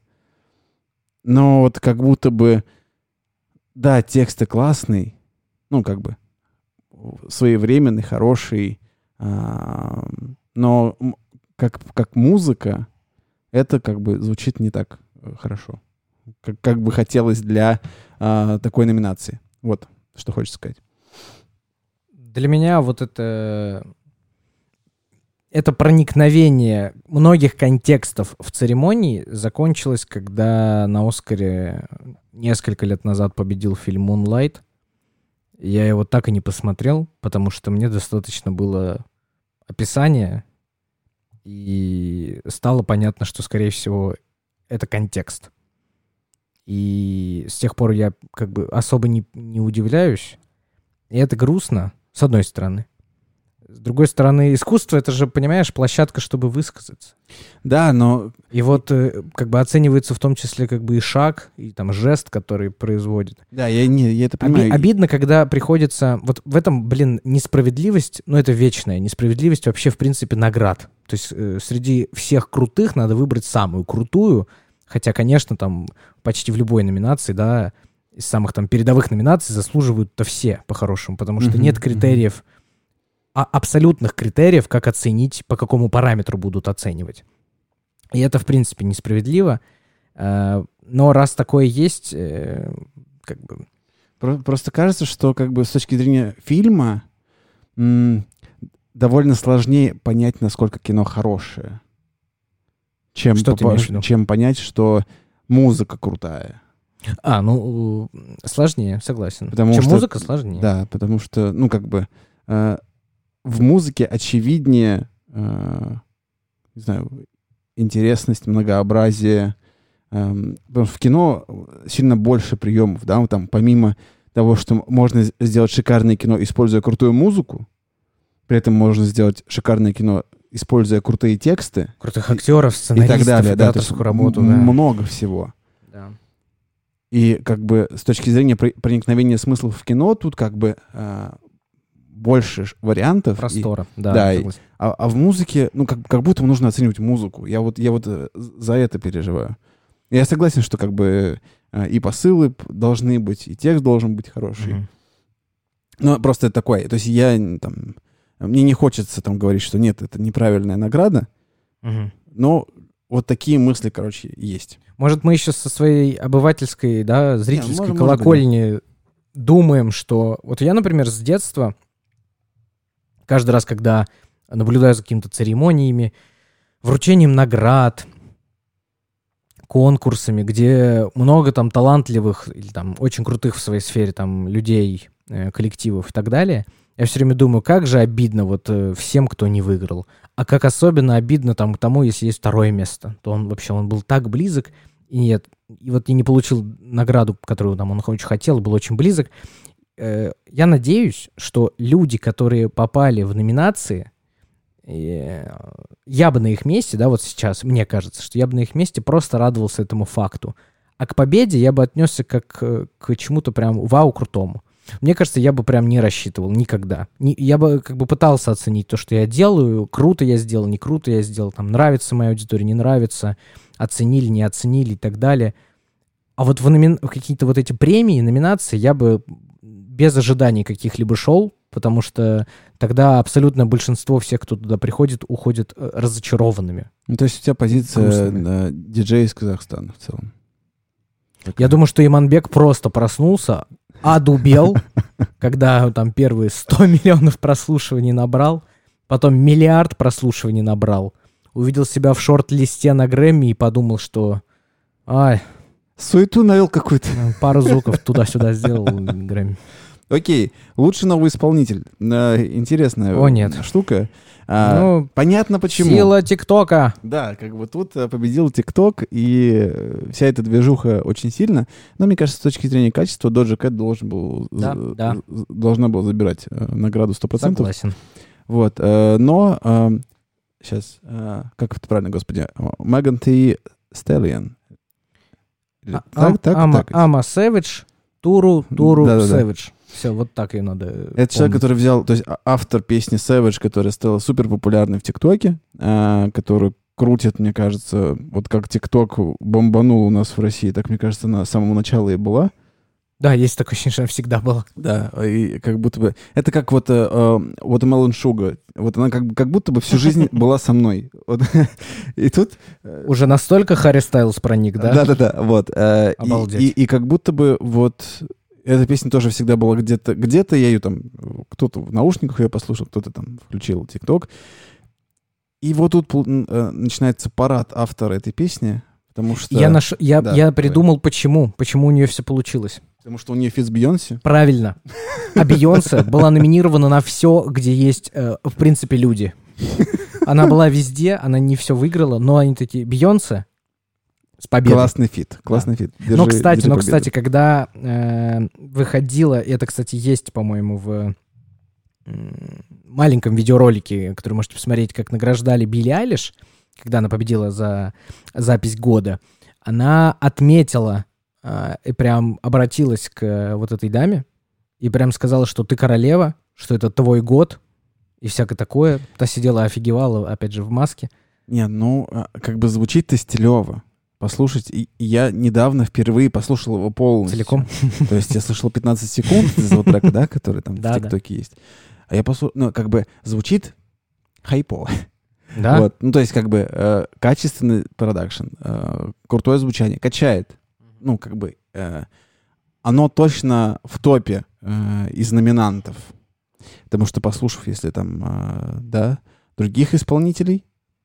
Но вот как будто бы, да, тексты классный, ну, как бы, своевременный, хороший, но как музыка это как бы звучит не так хорошо, как бы хотелось для такой номинации. Вот, что хочется сказать. Для меня вот это проникновение многих контекстов в церемонии закончилось, когда на «Оскаре» несколько лет назад победил фильм «Moonlight». Я его так и не посмотрел, потому что мне достаточно было описания, и стало понятно, что, скорее всего, это контекст. И с тех пор я как бы особо не удивляюсь. И это грустно, с одной стороны. С другой стороны, искусство — это же, понимаешь, площадка, чтобы высказаться. Да, но... И вот как бы оценивается в том числе как бы и шаг, и там жест, который производит. Да, я это понимаю. Обидно, когда приходится... Вот в этом, несправедливость, ну это вечная несправедливость вообще, в принципе, наград. То есть среди всех крутых надо выбрать самую крутую, хотя, конечно, там почти в любой номинации, да, из самых там передовых номинаций заслуживают-то все по-хорошему, потому что нет критериев, абсолютных критериев, как оценить, по какому параметру будут оценивать. И это, в принципе, несправедливо. Но раз такое есть, как бы... Просто кажется, что как бы с точки зрения фильма довольно сложнее понять, насколько кино хорошее. чем, Что ты имеешь в виду? чем понять, что музыка крутая. Сложнее, согласен. Потому Чем что- музыка, сложнее. Да, потому что, в музыке очевиднее, не знаю, интересность, многообразие. Потому что в кино сильно больше приемов, да, там помимо того, что можно сделать шикарное кино, используя крутую музыку, при этом можно сделать шикарное кино, используя крутые тексты Крутых актеров, и так сценаристов, далее. Да, то есть операторскую работу. Да. много всего. Да. И как бы с точки зрения проникновения смыслов в кино, тут как бы больше вариантов. Простора. Да, Да, и- согласен. А в музыке, как будто нужно оценивать музыку. Я вот за это переживаю. Я согласен, что как бы и посылы должны быть, и текст должен быть хороший. Мгм. Но просто это такое. То есть мне не хочется там говорить, что нет, это неправильная награда, Мгм. но вот такие мысли, короче, есть. Может, мы еще со своей обывательской, да, зрительской может быть, колокольни думаем, что... Вот я, например, с детства, каждый раз, когда наблюдаю за какими-то церемониями, вручением наград, конкурсами, где много там талантливых или там очень крутых в своей сфере там людей, коллективов и так далее, я все время думаю, как же обидно вот всем, кто не выиграл. А как особенно обидно там тому, если есть второе место, то он был так близок, и вот и не получил награду, которую там он очень хотел, был очень близок. Я надеюсь, что люди, которые попали в номинации, я бы на их месте, да, вот сейчас, мне кажется, что я бы на их месте просто радовался этому факту. А к победе я бы отнесся как к чему-то прям вау крутому. Мне кажется, я бы прям не рассчитывал никогда. Я бы как бы пытался оценить то, что я делаю. Круто я сделал, не круто я сделал. Там нравится моя аудитория, не нравится. Оценили, не оценили и так далее. А вот в какие-то вот эти премии, номинации я бы без ожиданий каких-либо шел, потому что тогда абсолютное большинство всех, кто туда приходит, уходят разочарованными. Ну, то есть у тебя позиция Грустными. диджея из Казахстана в целом. Я думаю, что Иманбек просто проснулся, одубел, когда там первые 100 миллионов прослушиваний набрал, потом миллиард прослушиваний набрал, увидел себя в шорт-листе на Грэмми и подумал, что Суету навел какую-то. пару звуков туда-сюда сделал Грэмми. Окей, лучший новый исполнитель. Интересная штука. Понятно почему. Сила ТикТока. Да, как бы тут победил ТикТок, и вся эта движуха очень сильно. Но мне кажется, с точки зрения качества, Доджа Кэт должна была забирать награду 100%. Согласен. Вот, но сейчас, как это правильно, господи, Меган Thee Stallion. Ама Сэвидж, Туру Да-да-да. Сэвидж. Все, вот так ее надо Это человек, который взял, то есть автор песни Savage, которая стала супер популярной в ТикТоке, которую крутит, мне кажется, вот как ТикТок бомбанул у нас в России, так, мне кажется, она с самого начала и была. Да, есть такое ощущение, что она всегда была. Да, и как будто бы... Это как вот Watermelon Sugar. Вот она как будто бы всю жизнь была со мной. Вот. И тут... Уже настолько Харри Стайлз проник, да? Да-да-да, вот. Обалдеть. И как будто бы вот... Эта песня тоже всегда была где-то я ее там... Кто-то в наушниках ее послушал, кто-то там включил ТикТок. И вот тут начинается парад автора этой песни, потому что... Я придумал, почему у нее все получилось. Потому что у нее фит с Бейонсе. Правильно. А Бейонсе была номинирована на все, где есть, в принципе, люди. Она была везде, она не все выиграла, но они такие, Бейонсе с победой. Классный фит. Но, кстати, когда выходила, и это, кстати, есть, по-моему, в маленьком видеоролике, который можете посмотреть, как награждали Билли Айлиш, когда она победила за запись года, она отметила и прям обратилась к вот этой даме и прям сказала, что ты королева, что это твой год и всякое такое. Та сидела, офигевала, опять же, в маске. Не, как бы звучит-то стилево. Послушать. И я недавно впервые послушал его полностью. Целиком? То есть я слышал 15 секунд из этого трека, да, который там в Да. ТикТоке есть. А я послушал, как бы звучит хайпово. Да? Вот. Ну, то есть, как бы качественный продакшн, крутое звучание, качает. Ну, как бы оно точно в топе из номинантов. Потому что, послушав, если там, других исполнителей,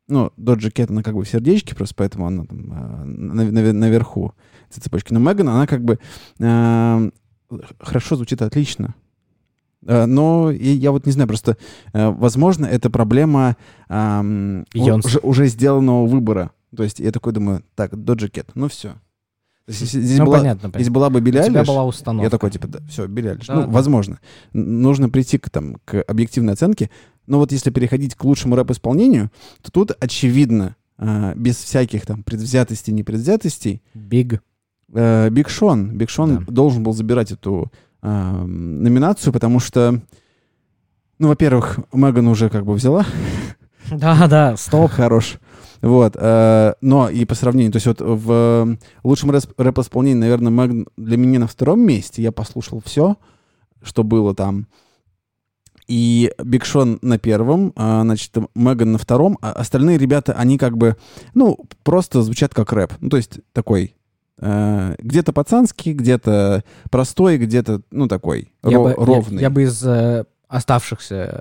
Ну, Doja Cat, она как бы в сердечке, просто поэтому она там наверху этой цепочки. Но Меган, она как бы хорошо звучит, отлично. Но я вот не знаю, просто, возможно, это проблема уже сделанного выбора. То есть я такой думаю, так, Doja Cat, ну все. Здесь была бы Билли Айлиш, была установка. Я такой, типа, да, все, Билли Айлиш. Да, возможно. Нужно прийти к объективной оценке. Но вот если переходить к лучшему рэп-исполнению, то тут очевидно, без всяких там предвзятостей, непредвзятостей, Биг Шон должен был забирать эту номинацию, потому что, ну, во-первых, Меган уже как бы взяла. Да, стоп. Хорош. Вот. Но и по сравнению, то есть вот в лучшем рэп-исполнении, наверное, Меган для меня на втором месте. Я послушал все, что было там. И Биг Шон на первом, значит, Меган на втором. А остальные ребята, они как бы, ну, просто звучат как рэп. Ну, то есть такой где-то пацанский, где-то простой, где-то, ну, такой ровный. Я бы из оставшихся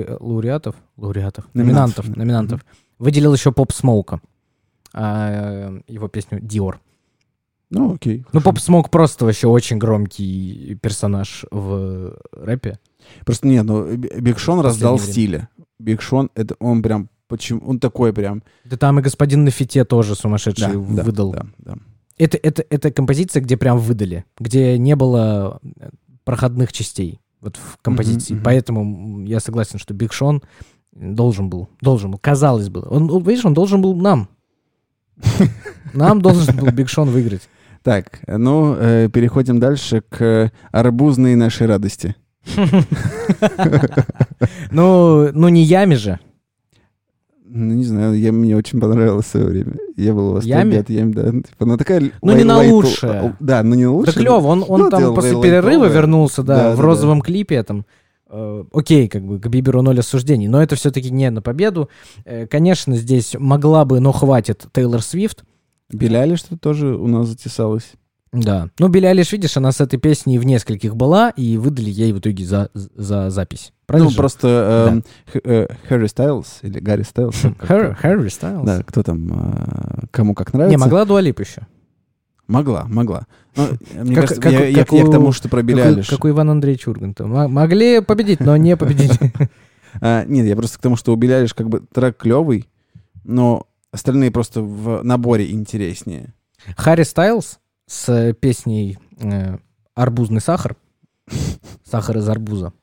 номинантов выделил еще Поп Смоука, его песню «Диор». Ну, окей. Ну, Поп Смоук просто вообще очень громкий персонаж в рэпе. Просто нет, ну, Биг Шон раздал стили. Биг Шон, это он прям, почему, он такой прям... Да там и господин на фите тоже сумасшедший выдал. Да. Это композиция, где прям выдали, где не было проходных частей вот в композиции. Поэтому я согласен, что Биг Шон должен был, казалось бы. Видишь, он должен был нам. Нам должен был Биг Шон выиграть. Так, ну, переходим дальше к арбузной нашей радости. Ну, не Ями же. Ну, не знаю, мне очень понравилось в свое время. Я был в восторге от Ями, да. Типа, она такая... Ну, не на лучшее. Да, ну не на лучшее. Да клево, он там после перерыва вернулся, да, в розовом клипе там. Окей, как бы к Биберу 0 осуждений, но это все-таки не на победу. Конечно, здесь могла бы, но хватит Тейлор Свифт. Билли Айлиш что тоже у нас затесалась. Да. Ну, Билли Айлиш, видишь, она с этой песней в нескольких была, и выдали ей в итоге за запись. Правильно? Ну, просто Harry Styles или Гарри Стайлс. Harry Styles. Да, кто там, кому как нравится. Не, могла Дуа Липа еще. Могла. Ну, мне кажется, я к тому, что про Билли Айлиш. Как у Ивана Андреевича Урганта. Могли победить, но не победить. Нет, я просто к тому, что у Билли Айлиш как бы трек клевый, но остальные просто в наборе интереснее. Харри Стайлс с песней «Арбузный сахар». Сахар из арбуза.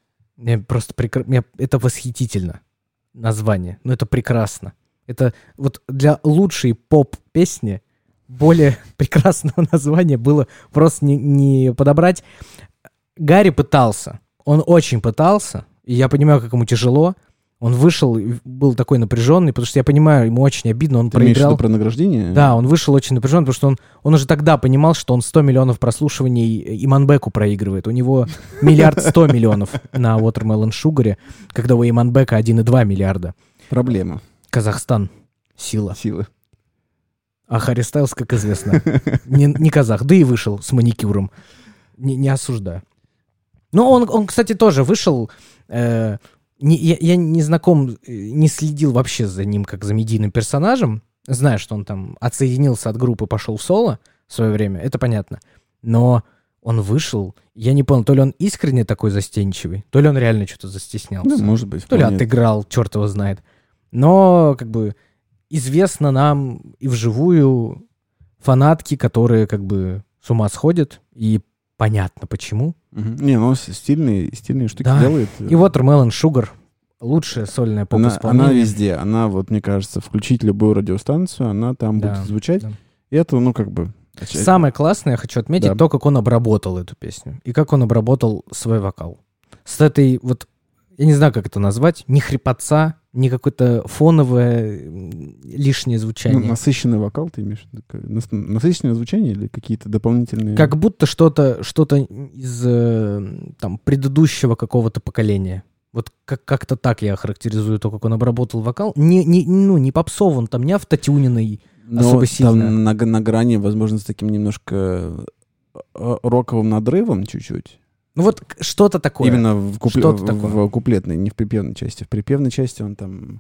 Это восхитительно. Название. Ну, это прекрасно. Это вот для лучшей поп-песни более прекрасного названия было просто не подобрать. Гарри пытался. Он очень пытался. И я понимаю, как ему тяжело. Он вышел, был такой напряженный, потому что я понимаю, ему очень обидно, он проиграл. Ты имеешь в виду про награждение? Да, он вышел очень напряженный, потому что он уже тогда понимал, что он 100 миллионов прослушиваний Иманбеку проигрывает. У него 1 100 000 000 на Watermelon Sugar, когда у Иманбека 1,2 миллиарда. Проблема. Казахстан. Сила. Сила. А Харри Стайлс, как известно, не казах. Да и вышел с маникюром. Не осуждаю. Ну, он, кстати, тоже вышел... Я не знаком, не следил вообще за ним как за медийным персонажем. Знаю, что он там отсоединился от группы, пошел в соло в свое время, это понятно. Но он вышел, я не понял, то ли он искренне такой застенчивый, то ли он реально что-то застеснялся. Ну, может быть. То ли отыграл, черт его знает. Но, как бы, известно нам и вживую фанатки, которые, как бы, с ума сходят, и понятно почему. Не, ну стильные штуки делает. И Watermelon Sugar лучшая сольная поп-исполнение. Она везде. Она, вот, мне кажется, включить любую радиостанцию, она там будет звучать. Да. И это, ну, как бы... Самое классное, я хочу отметить, то, как он обработал эту песню. И как он обработал свой вокал. С этой, вот, я не знаю, как это назвать, ни хрипотца, ни какое-то фоновое лишнее звучание. Ну, насыщенный вокал, ты имеешь в виду? Насыщенное звучание или какие-то дополнительные... Как будто что-то из там, предыдущего какого-то поколения. Вот как-то так я характеризую то, как он обработал вокал. Не попсов, он там не автотюненный особо сильно. Там на грани, возможно, с таким немножко роковым надрывом чуть-чуть. Ну вот что-то такое. Именно в куплетной, не в припевной части. В припевной части он там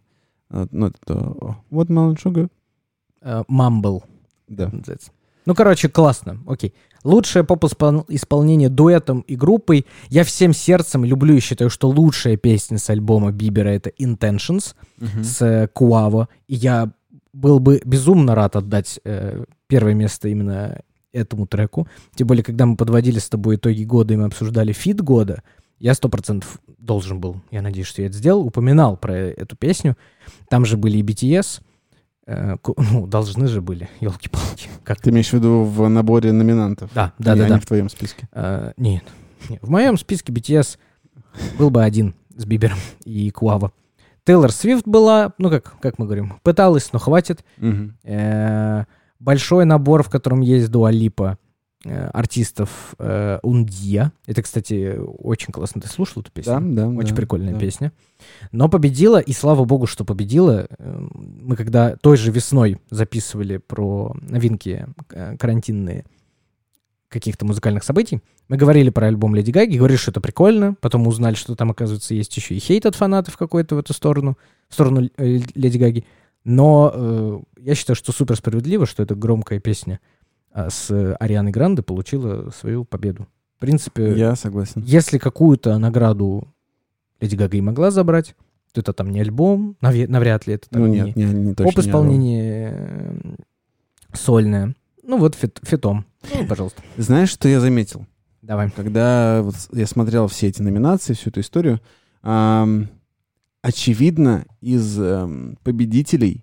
Ну, это What Melon Sugar? Mumble. Да. Ну, короче, классно. Окей. Лучшее поп-исполнение дуэтом и группой. Я всем сердцем люблю и считаю, что лучшая песня с альбома Бибера — это Intentions с Куаво. И я был бы безумно рад отдать первое место именно этому треку. Тем более, когда мы подводили с тобой итоги года, и мы обсуждали фит года, я 100% должен был, я надеюсь, что я это сделал, упоминал про эту песню. Там же были и BTS. Ну, должны же были, елки-палки. Как ты имеешь в виду в наборе номинантов? Да. Не в твоем списке? Нет. В моем списке BTS был бы один с Бибером и Куаво. Тейлор Свифт была, ну, как мы говорим, пыталась, но хватит. Большой набор, в котором есть Дуа Липа, артистов Ундия. Это, кстати, очень классно. Ты слушал эту песню? Да. Очень прикольная песня. Но победила, и слава богу, что победила. Мы когда той же весной записывали про новинки карантинные каких-то музыкальных событий, мы говорили про альбом Леди Гаги, говорили, что это прикольно. Потом узнали, что там, оказывается, есть еще и хейт от фанатов какой-то в эту сторону, в сторону Леди Гаги. Но я считаю, что супер справедливо, что эта громкая песня с Арианой Гранде получила свою победу. В принципе, я согласен. Если какую-то награду Леди Гага и могла забрать, то это там не альбом, навряд ли это там не точно поп-исполнение сольное. Ну вот фитом. Ну, пожалуйста. Знаешь, что я заметил? Давай. Когда вот я смотрел все эти номинации, всю эту историю, очевидно, из победителей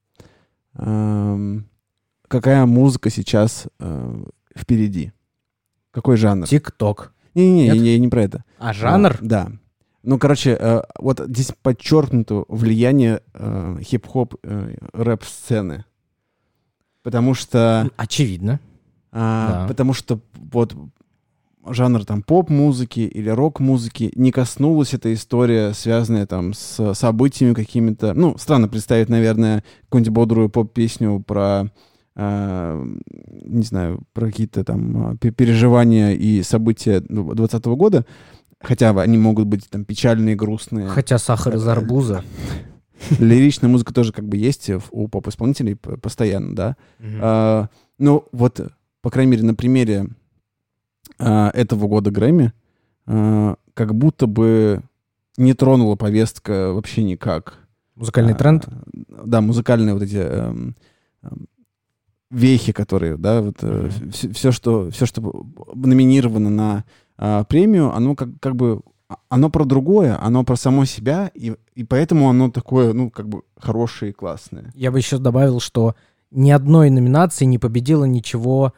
какая музыка сейчас впереди? Какой жанр? ТикТок. Не, не про это. А жанр? Да. Ну, короче, вот здесь подчеркнуто влияние хип-хоп рэп-сцены. Потому что... Очевидно. Да. Потому что вот жанр там поп-музыки или рок-музыки не коснулась эта история, связанная там с событиями какими-то... Ну, странно представить, наверное, какую-нибудь бодрую поп-песню про... не знаю, про какие-то там переживания и события 2020 года, хотя они могут быть там печальные, грустные. Хотя сахар из арбуза. Лиричная музыка тоже как бы есть у поп-исполнителей постоянно, да. Ну вот, по крайней мере, на примере этого года Грэмми как будто бы не тронула повестка вообще никак. Музыкальный тренд? Да, музыкальные вот эти... вехи, которые, да, вот все, что номинировано на премию, оно как бы, оно про другое, оно про само себя, и поэтому оно такое, ну, как бы хорошее и классное. Я бы еще добавил, что ни одной номинации не победило ничего.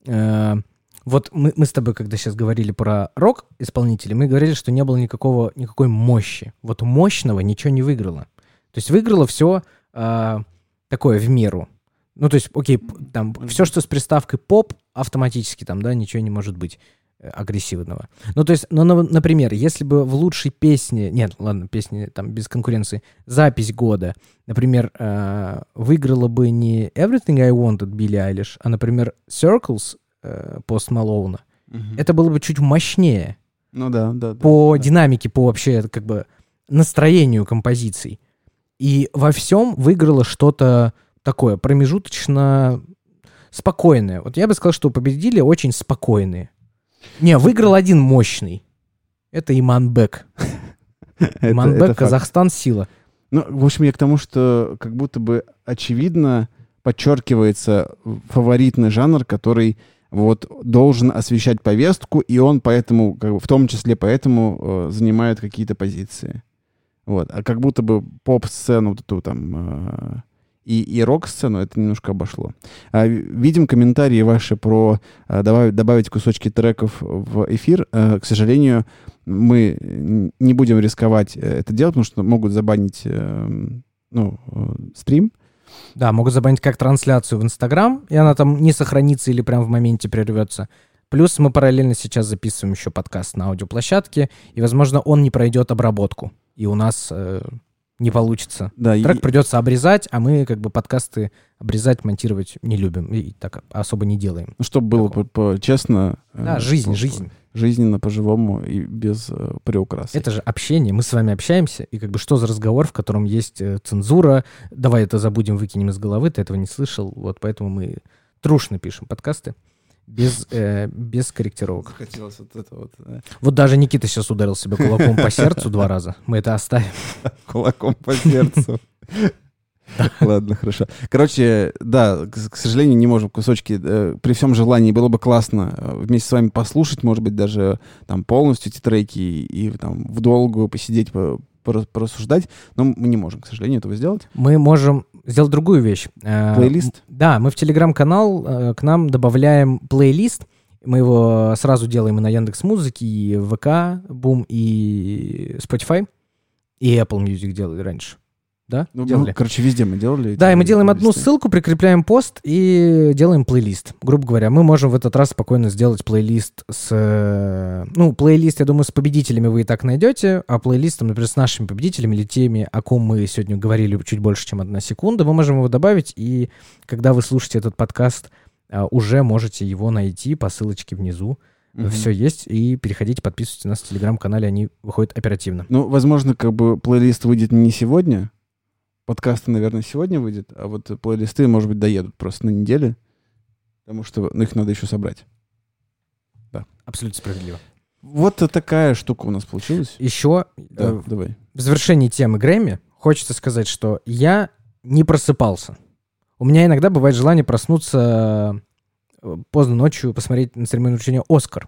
Вот мы с тобой, когда сейчас говорили про рок-исполнителей, мы говорили, что не было никакой мощи. Вот мощного ничего не выиграло. То есть выиграло все такое в меру. Ну, то есть, окей, там все, что с приставкой поп, автоматически там, да, ничего не может быть агрессивного. Ну, то есть, например, если бы в лучшей песне, нет, ладно, песни там без конкуренции, запись года, например, выиграла бы не Everything I Wanted Билли Айлиш, а, например, Circles Post Malone, это было бы чуть мощнее. Ну да. По динамике, по вообще как бы настроению композиций. И во всем выиграло что-то такое промежуточно спокойное. Вот я бы сказал, что победили очень спокойные. Не, выиграл один мощный. Это Иманбек. Иманбек, Казахстан, сила. Ну, в общем, я к тому, что как будто бы очевидно подчеркивается фаворитный жанр, который вот должен освещать повестку, и он поэтому, как бы, в том числе поэтому занимает какие-то позиции. Вот. А как будто бы поп-сцену вот эту там... И рок-сцену это немножко обошло. Видим комментарии ваши про добавить кусочки треков в эфир. К сожалению, мы не будем рисковать это делать, потому что могут забанить стрим. Да, могут забанить как трансляцию в Инстаграм, и она там не сохранится или прям в моменте прервется. Плюс мы параллельно сейчас записываем еще подкаст на аудиоплощадке, и, возможно, он не пройдет обработку. И у нас... не получится. Да, трек придется обрезать, а мы как бы подкасты обрезать, монтировать не любим и так особо не делаем. Чтобы было честно. Да, жизнь. жизненно, по-живому и без приукрасов. Это же общение, мы с вами общаемся, и как бы что за разговор, в котором есть цензура, давай это забудем, выкинем из головы, ты этого не слышал, вот поэтому мы трушно пишем подкасты без корректировок. Захотелось вот это вот. Да. Вот даже Никита сейчас ударил себя кулаком по сердцу 2 раза, мы это оставим. Кулаком по сердцу. Ладно, хорошо. Короче, да, к сожалению, не можем кусочки. При всем желании было бы классно вместе с вами послушать, может быть, даже там полностью эти треки и там в долгую посидеть, порассуждать, но мы не можем, к сожалению, этого сделать. Мы можем сделать другую вещь. Плейлист? Да, мы в Телеграм-канал к нам добавляем плейлист. Мы его сразу делаем и на Яндекс.Музыке, и в ВК, Бум, и Spotify, и Apple Music делали раньше. Да? Ну, делали. Короче, везде мы делали. Да, и мы делаем одну ссылку, прикрепляем пост и делаем плейлист. Грубо говоря, мы можем в этот раз спокойно сделать плейлист с... Ну, плейлист, я думаю, с победителями вы и так найдете, а плейлистом, например, с нашими победителями или теми, о ком мы сегодня говорили чуть больше, чем 1 секунда, мы можем его добавить, и когда вы слушаете этот подкаст, уже можете его найти по ссылочке внизу. Все есть, и переходите, подписывайтесь на нас в Телеграм-канале, они выходят оперативно. Ну, возможно, как бы плейлист выйдет не сегодня, подкасты, наверное, сегодня выйдет, а вот плейлисты, может быть, доедут просто на неделе, потому что их надо еще собрать. Да. Абсолютно справедливо. Вот такая штука у нас получилась. Еще давай. В завершении темы Грэмми хочется сказать, что я не просыпался. У меня иногда бывает желание проснуться поздно ночью, посмотреть на церемонию вручения «Оскар».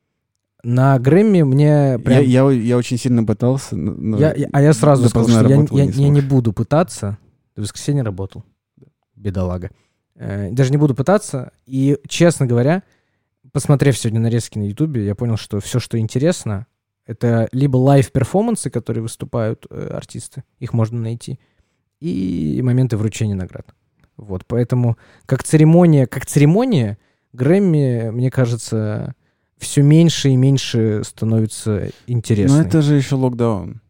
На Грэмми мне прям... Я очень сильно пытался. Я сразу сказал, что я не буду пытаться. В воскресенье работал. Бедолага. Даже не буду пытаться. И, честно говоря, посмотрев сегодня нарезки на Ютубе, я понял, что все, что интересно, это либо лайв-перформансы, которые выступают артисты, их можно найти, и моменты вручения наград. Вот, поэтому как церемония, Грэмми, мне кажется... все меньше и меньше становится интересной. Но это же еще локдаун.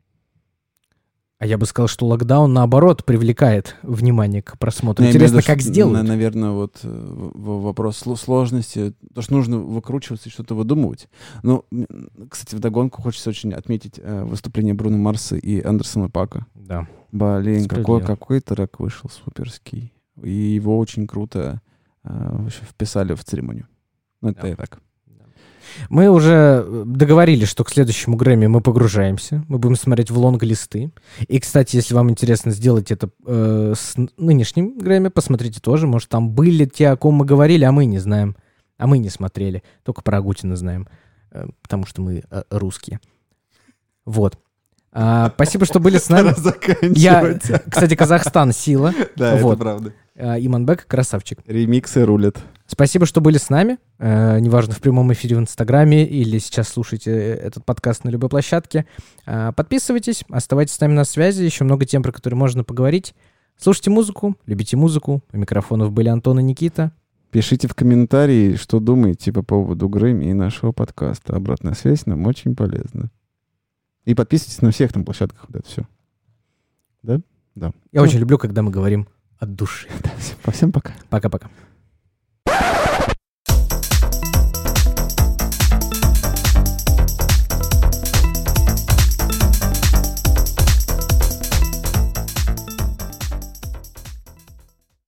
А я бы сказал, что локдаун, наоборот, привлекает внимание к просмотру. Интересно, как сделают. Наверное, вот вопрос сложности. То, что нужно выкручиваться и что-то выдумывать. Ну, кстати, вдогонку хочется очень отметить выступление Бруно Марса и Андерсона Пака. Да. Блин, какой трек вышел суперский. И его очень круто вписали в церемонию. Ну, это да. и так. Мы уже договорились, что к следующему Грэмми мы погружаемся. Мы будем смотреть в лонг-листы. И, кстати, если вам интересно сделать это с нынешним Грэмми, посмотрите тоже. Может, там были те, о ком мы говорили, а мы не знаем. А мы не смотрели. Только про Агутина знаем. Потому что мы русские. Вот. Спасибо, что были с нами. Кстати, Казахстан — сила. Да, это правда. Иманбек — красавчик. Ремиксы рулят. Спасибо, что были с нами. Неважно, в прямом эфире в Инстаграме или сейчас слушайте этот подкаст на любой площадке. Подписывайтесь, оставайтесь с нами на связи. Еще много тем, про которые можно поговорить. Слушайте музыку, любите музыку. У микрофонов были Антон и Никита. Пишите в комментарии, что думаете по поводу Грэмми и нашего подкаста. Обратная связь нам очень полезна. И подписывайтесь на всех там площадках. Вот это все. Да? Да. Я очень люблю, когда мы говорим от души. Всем пока. Пока-пока.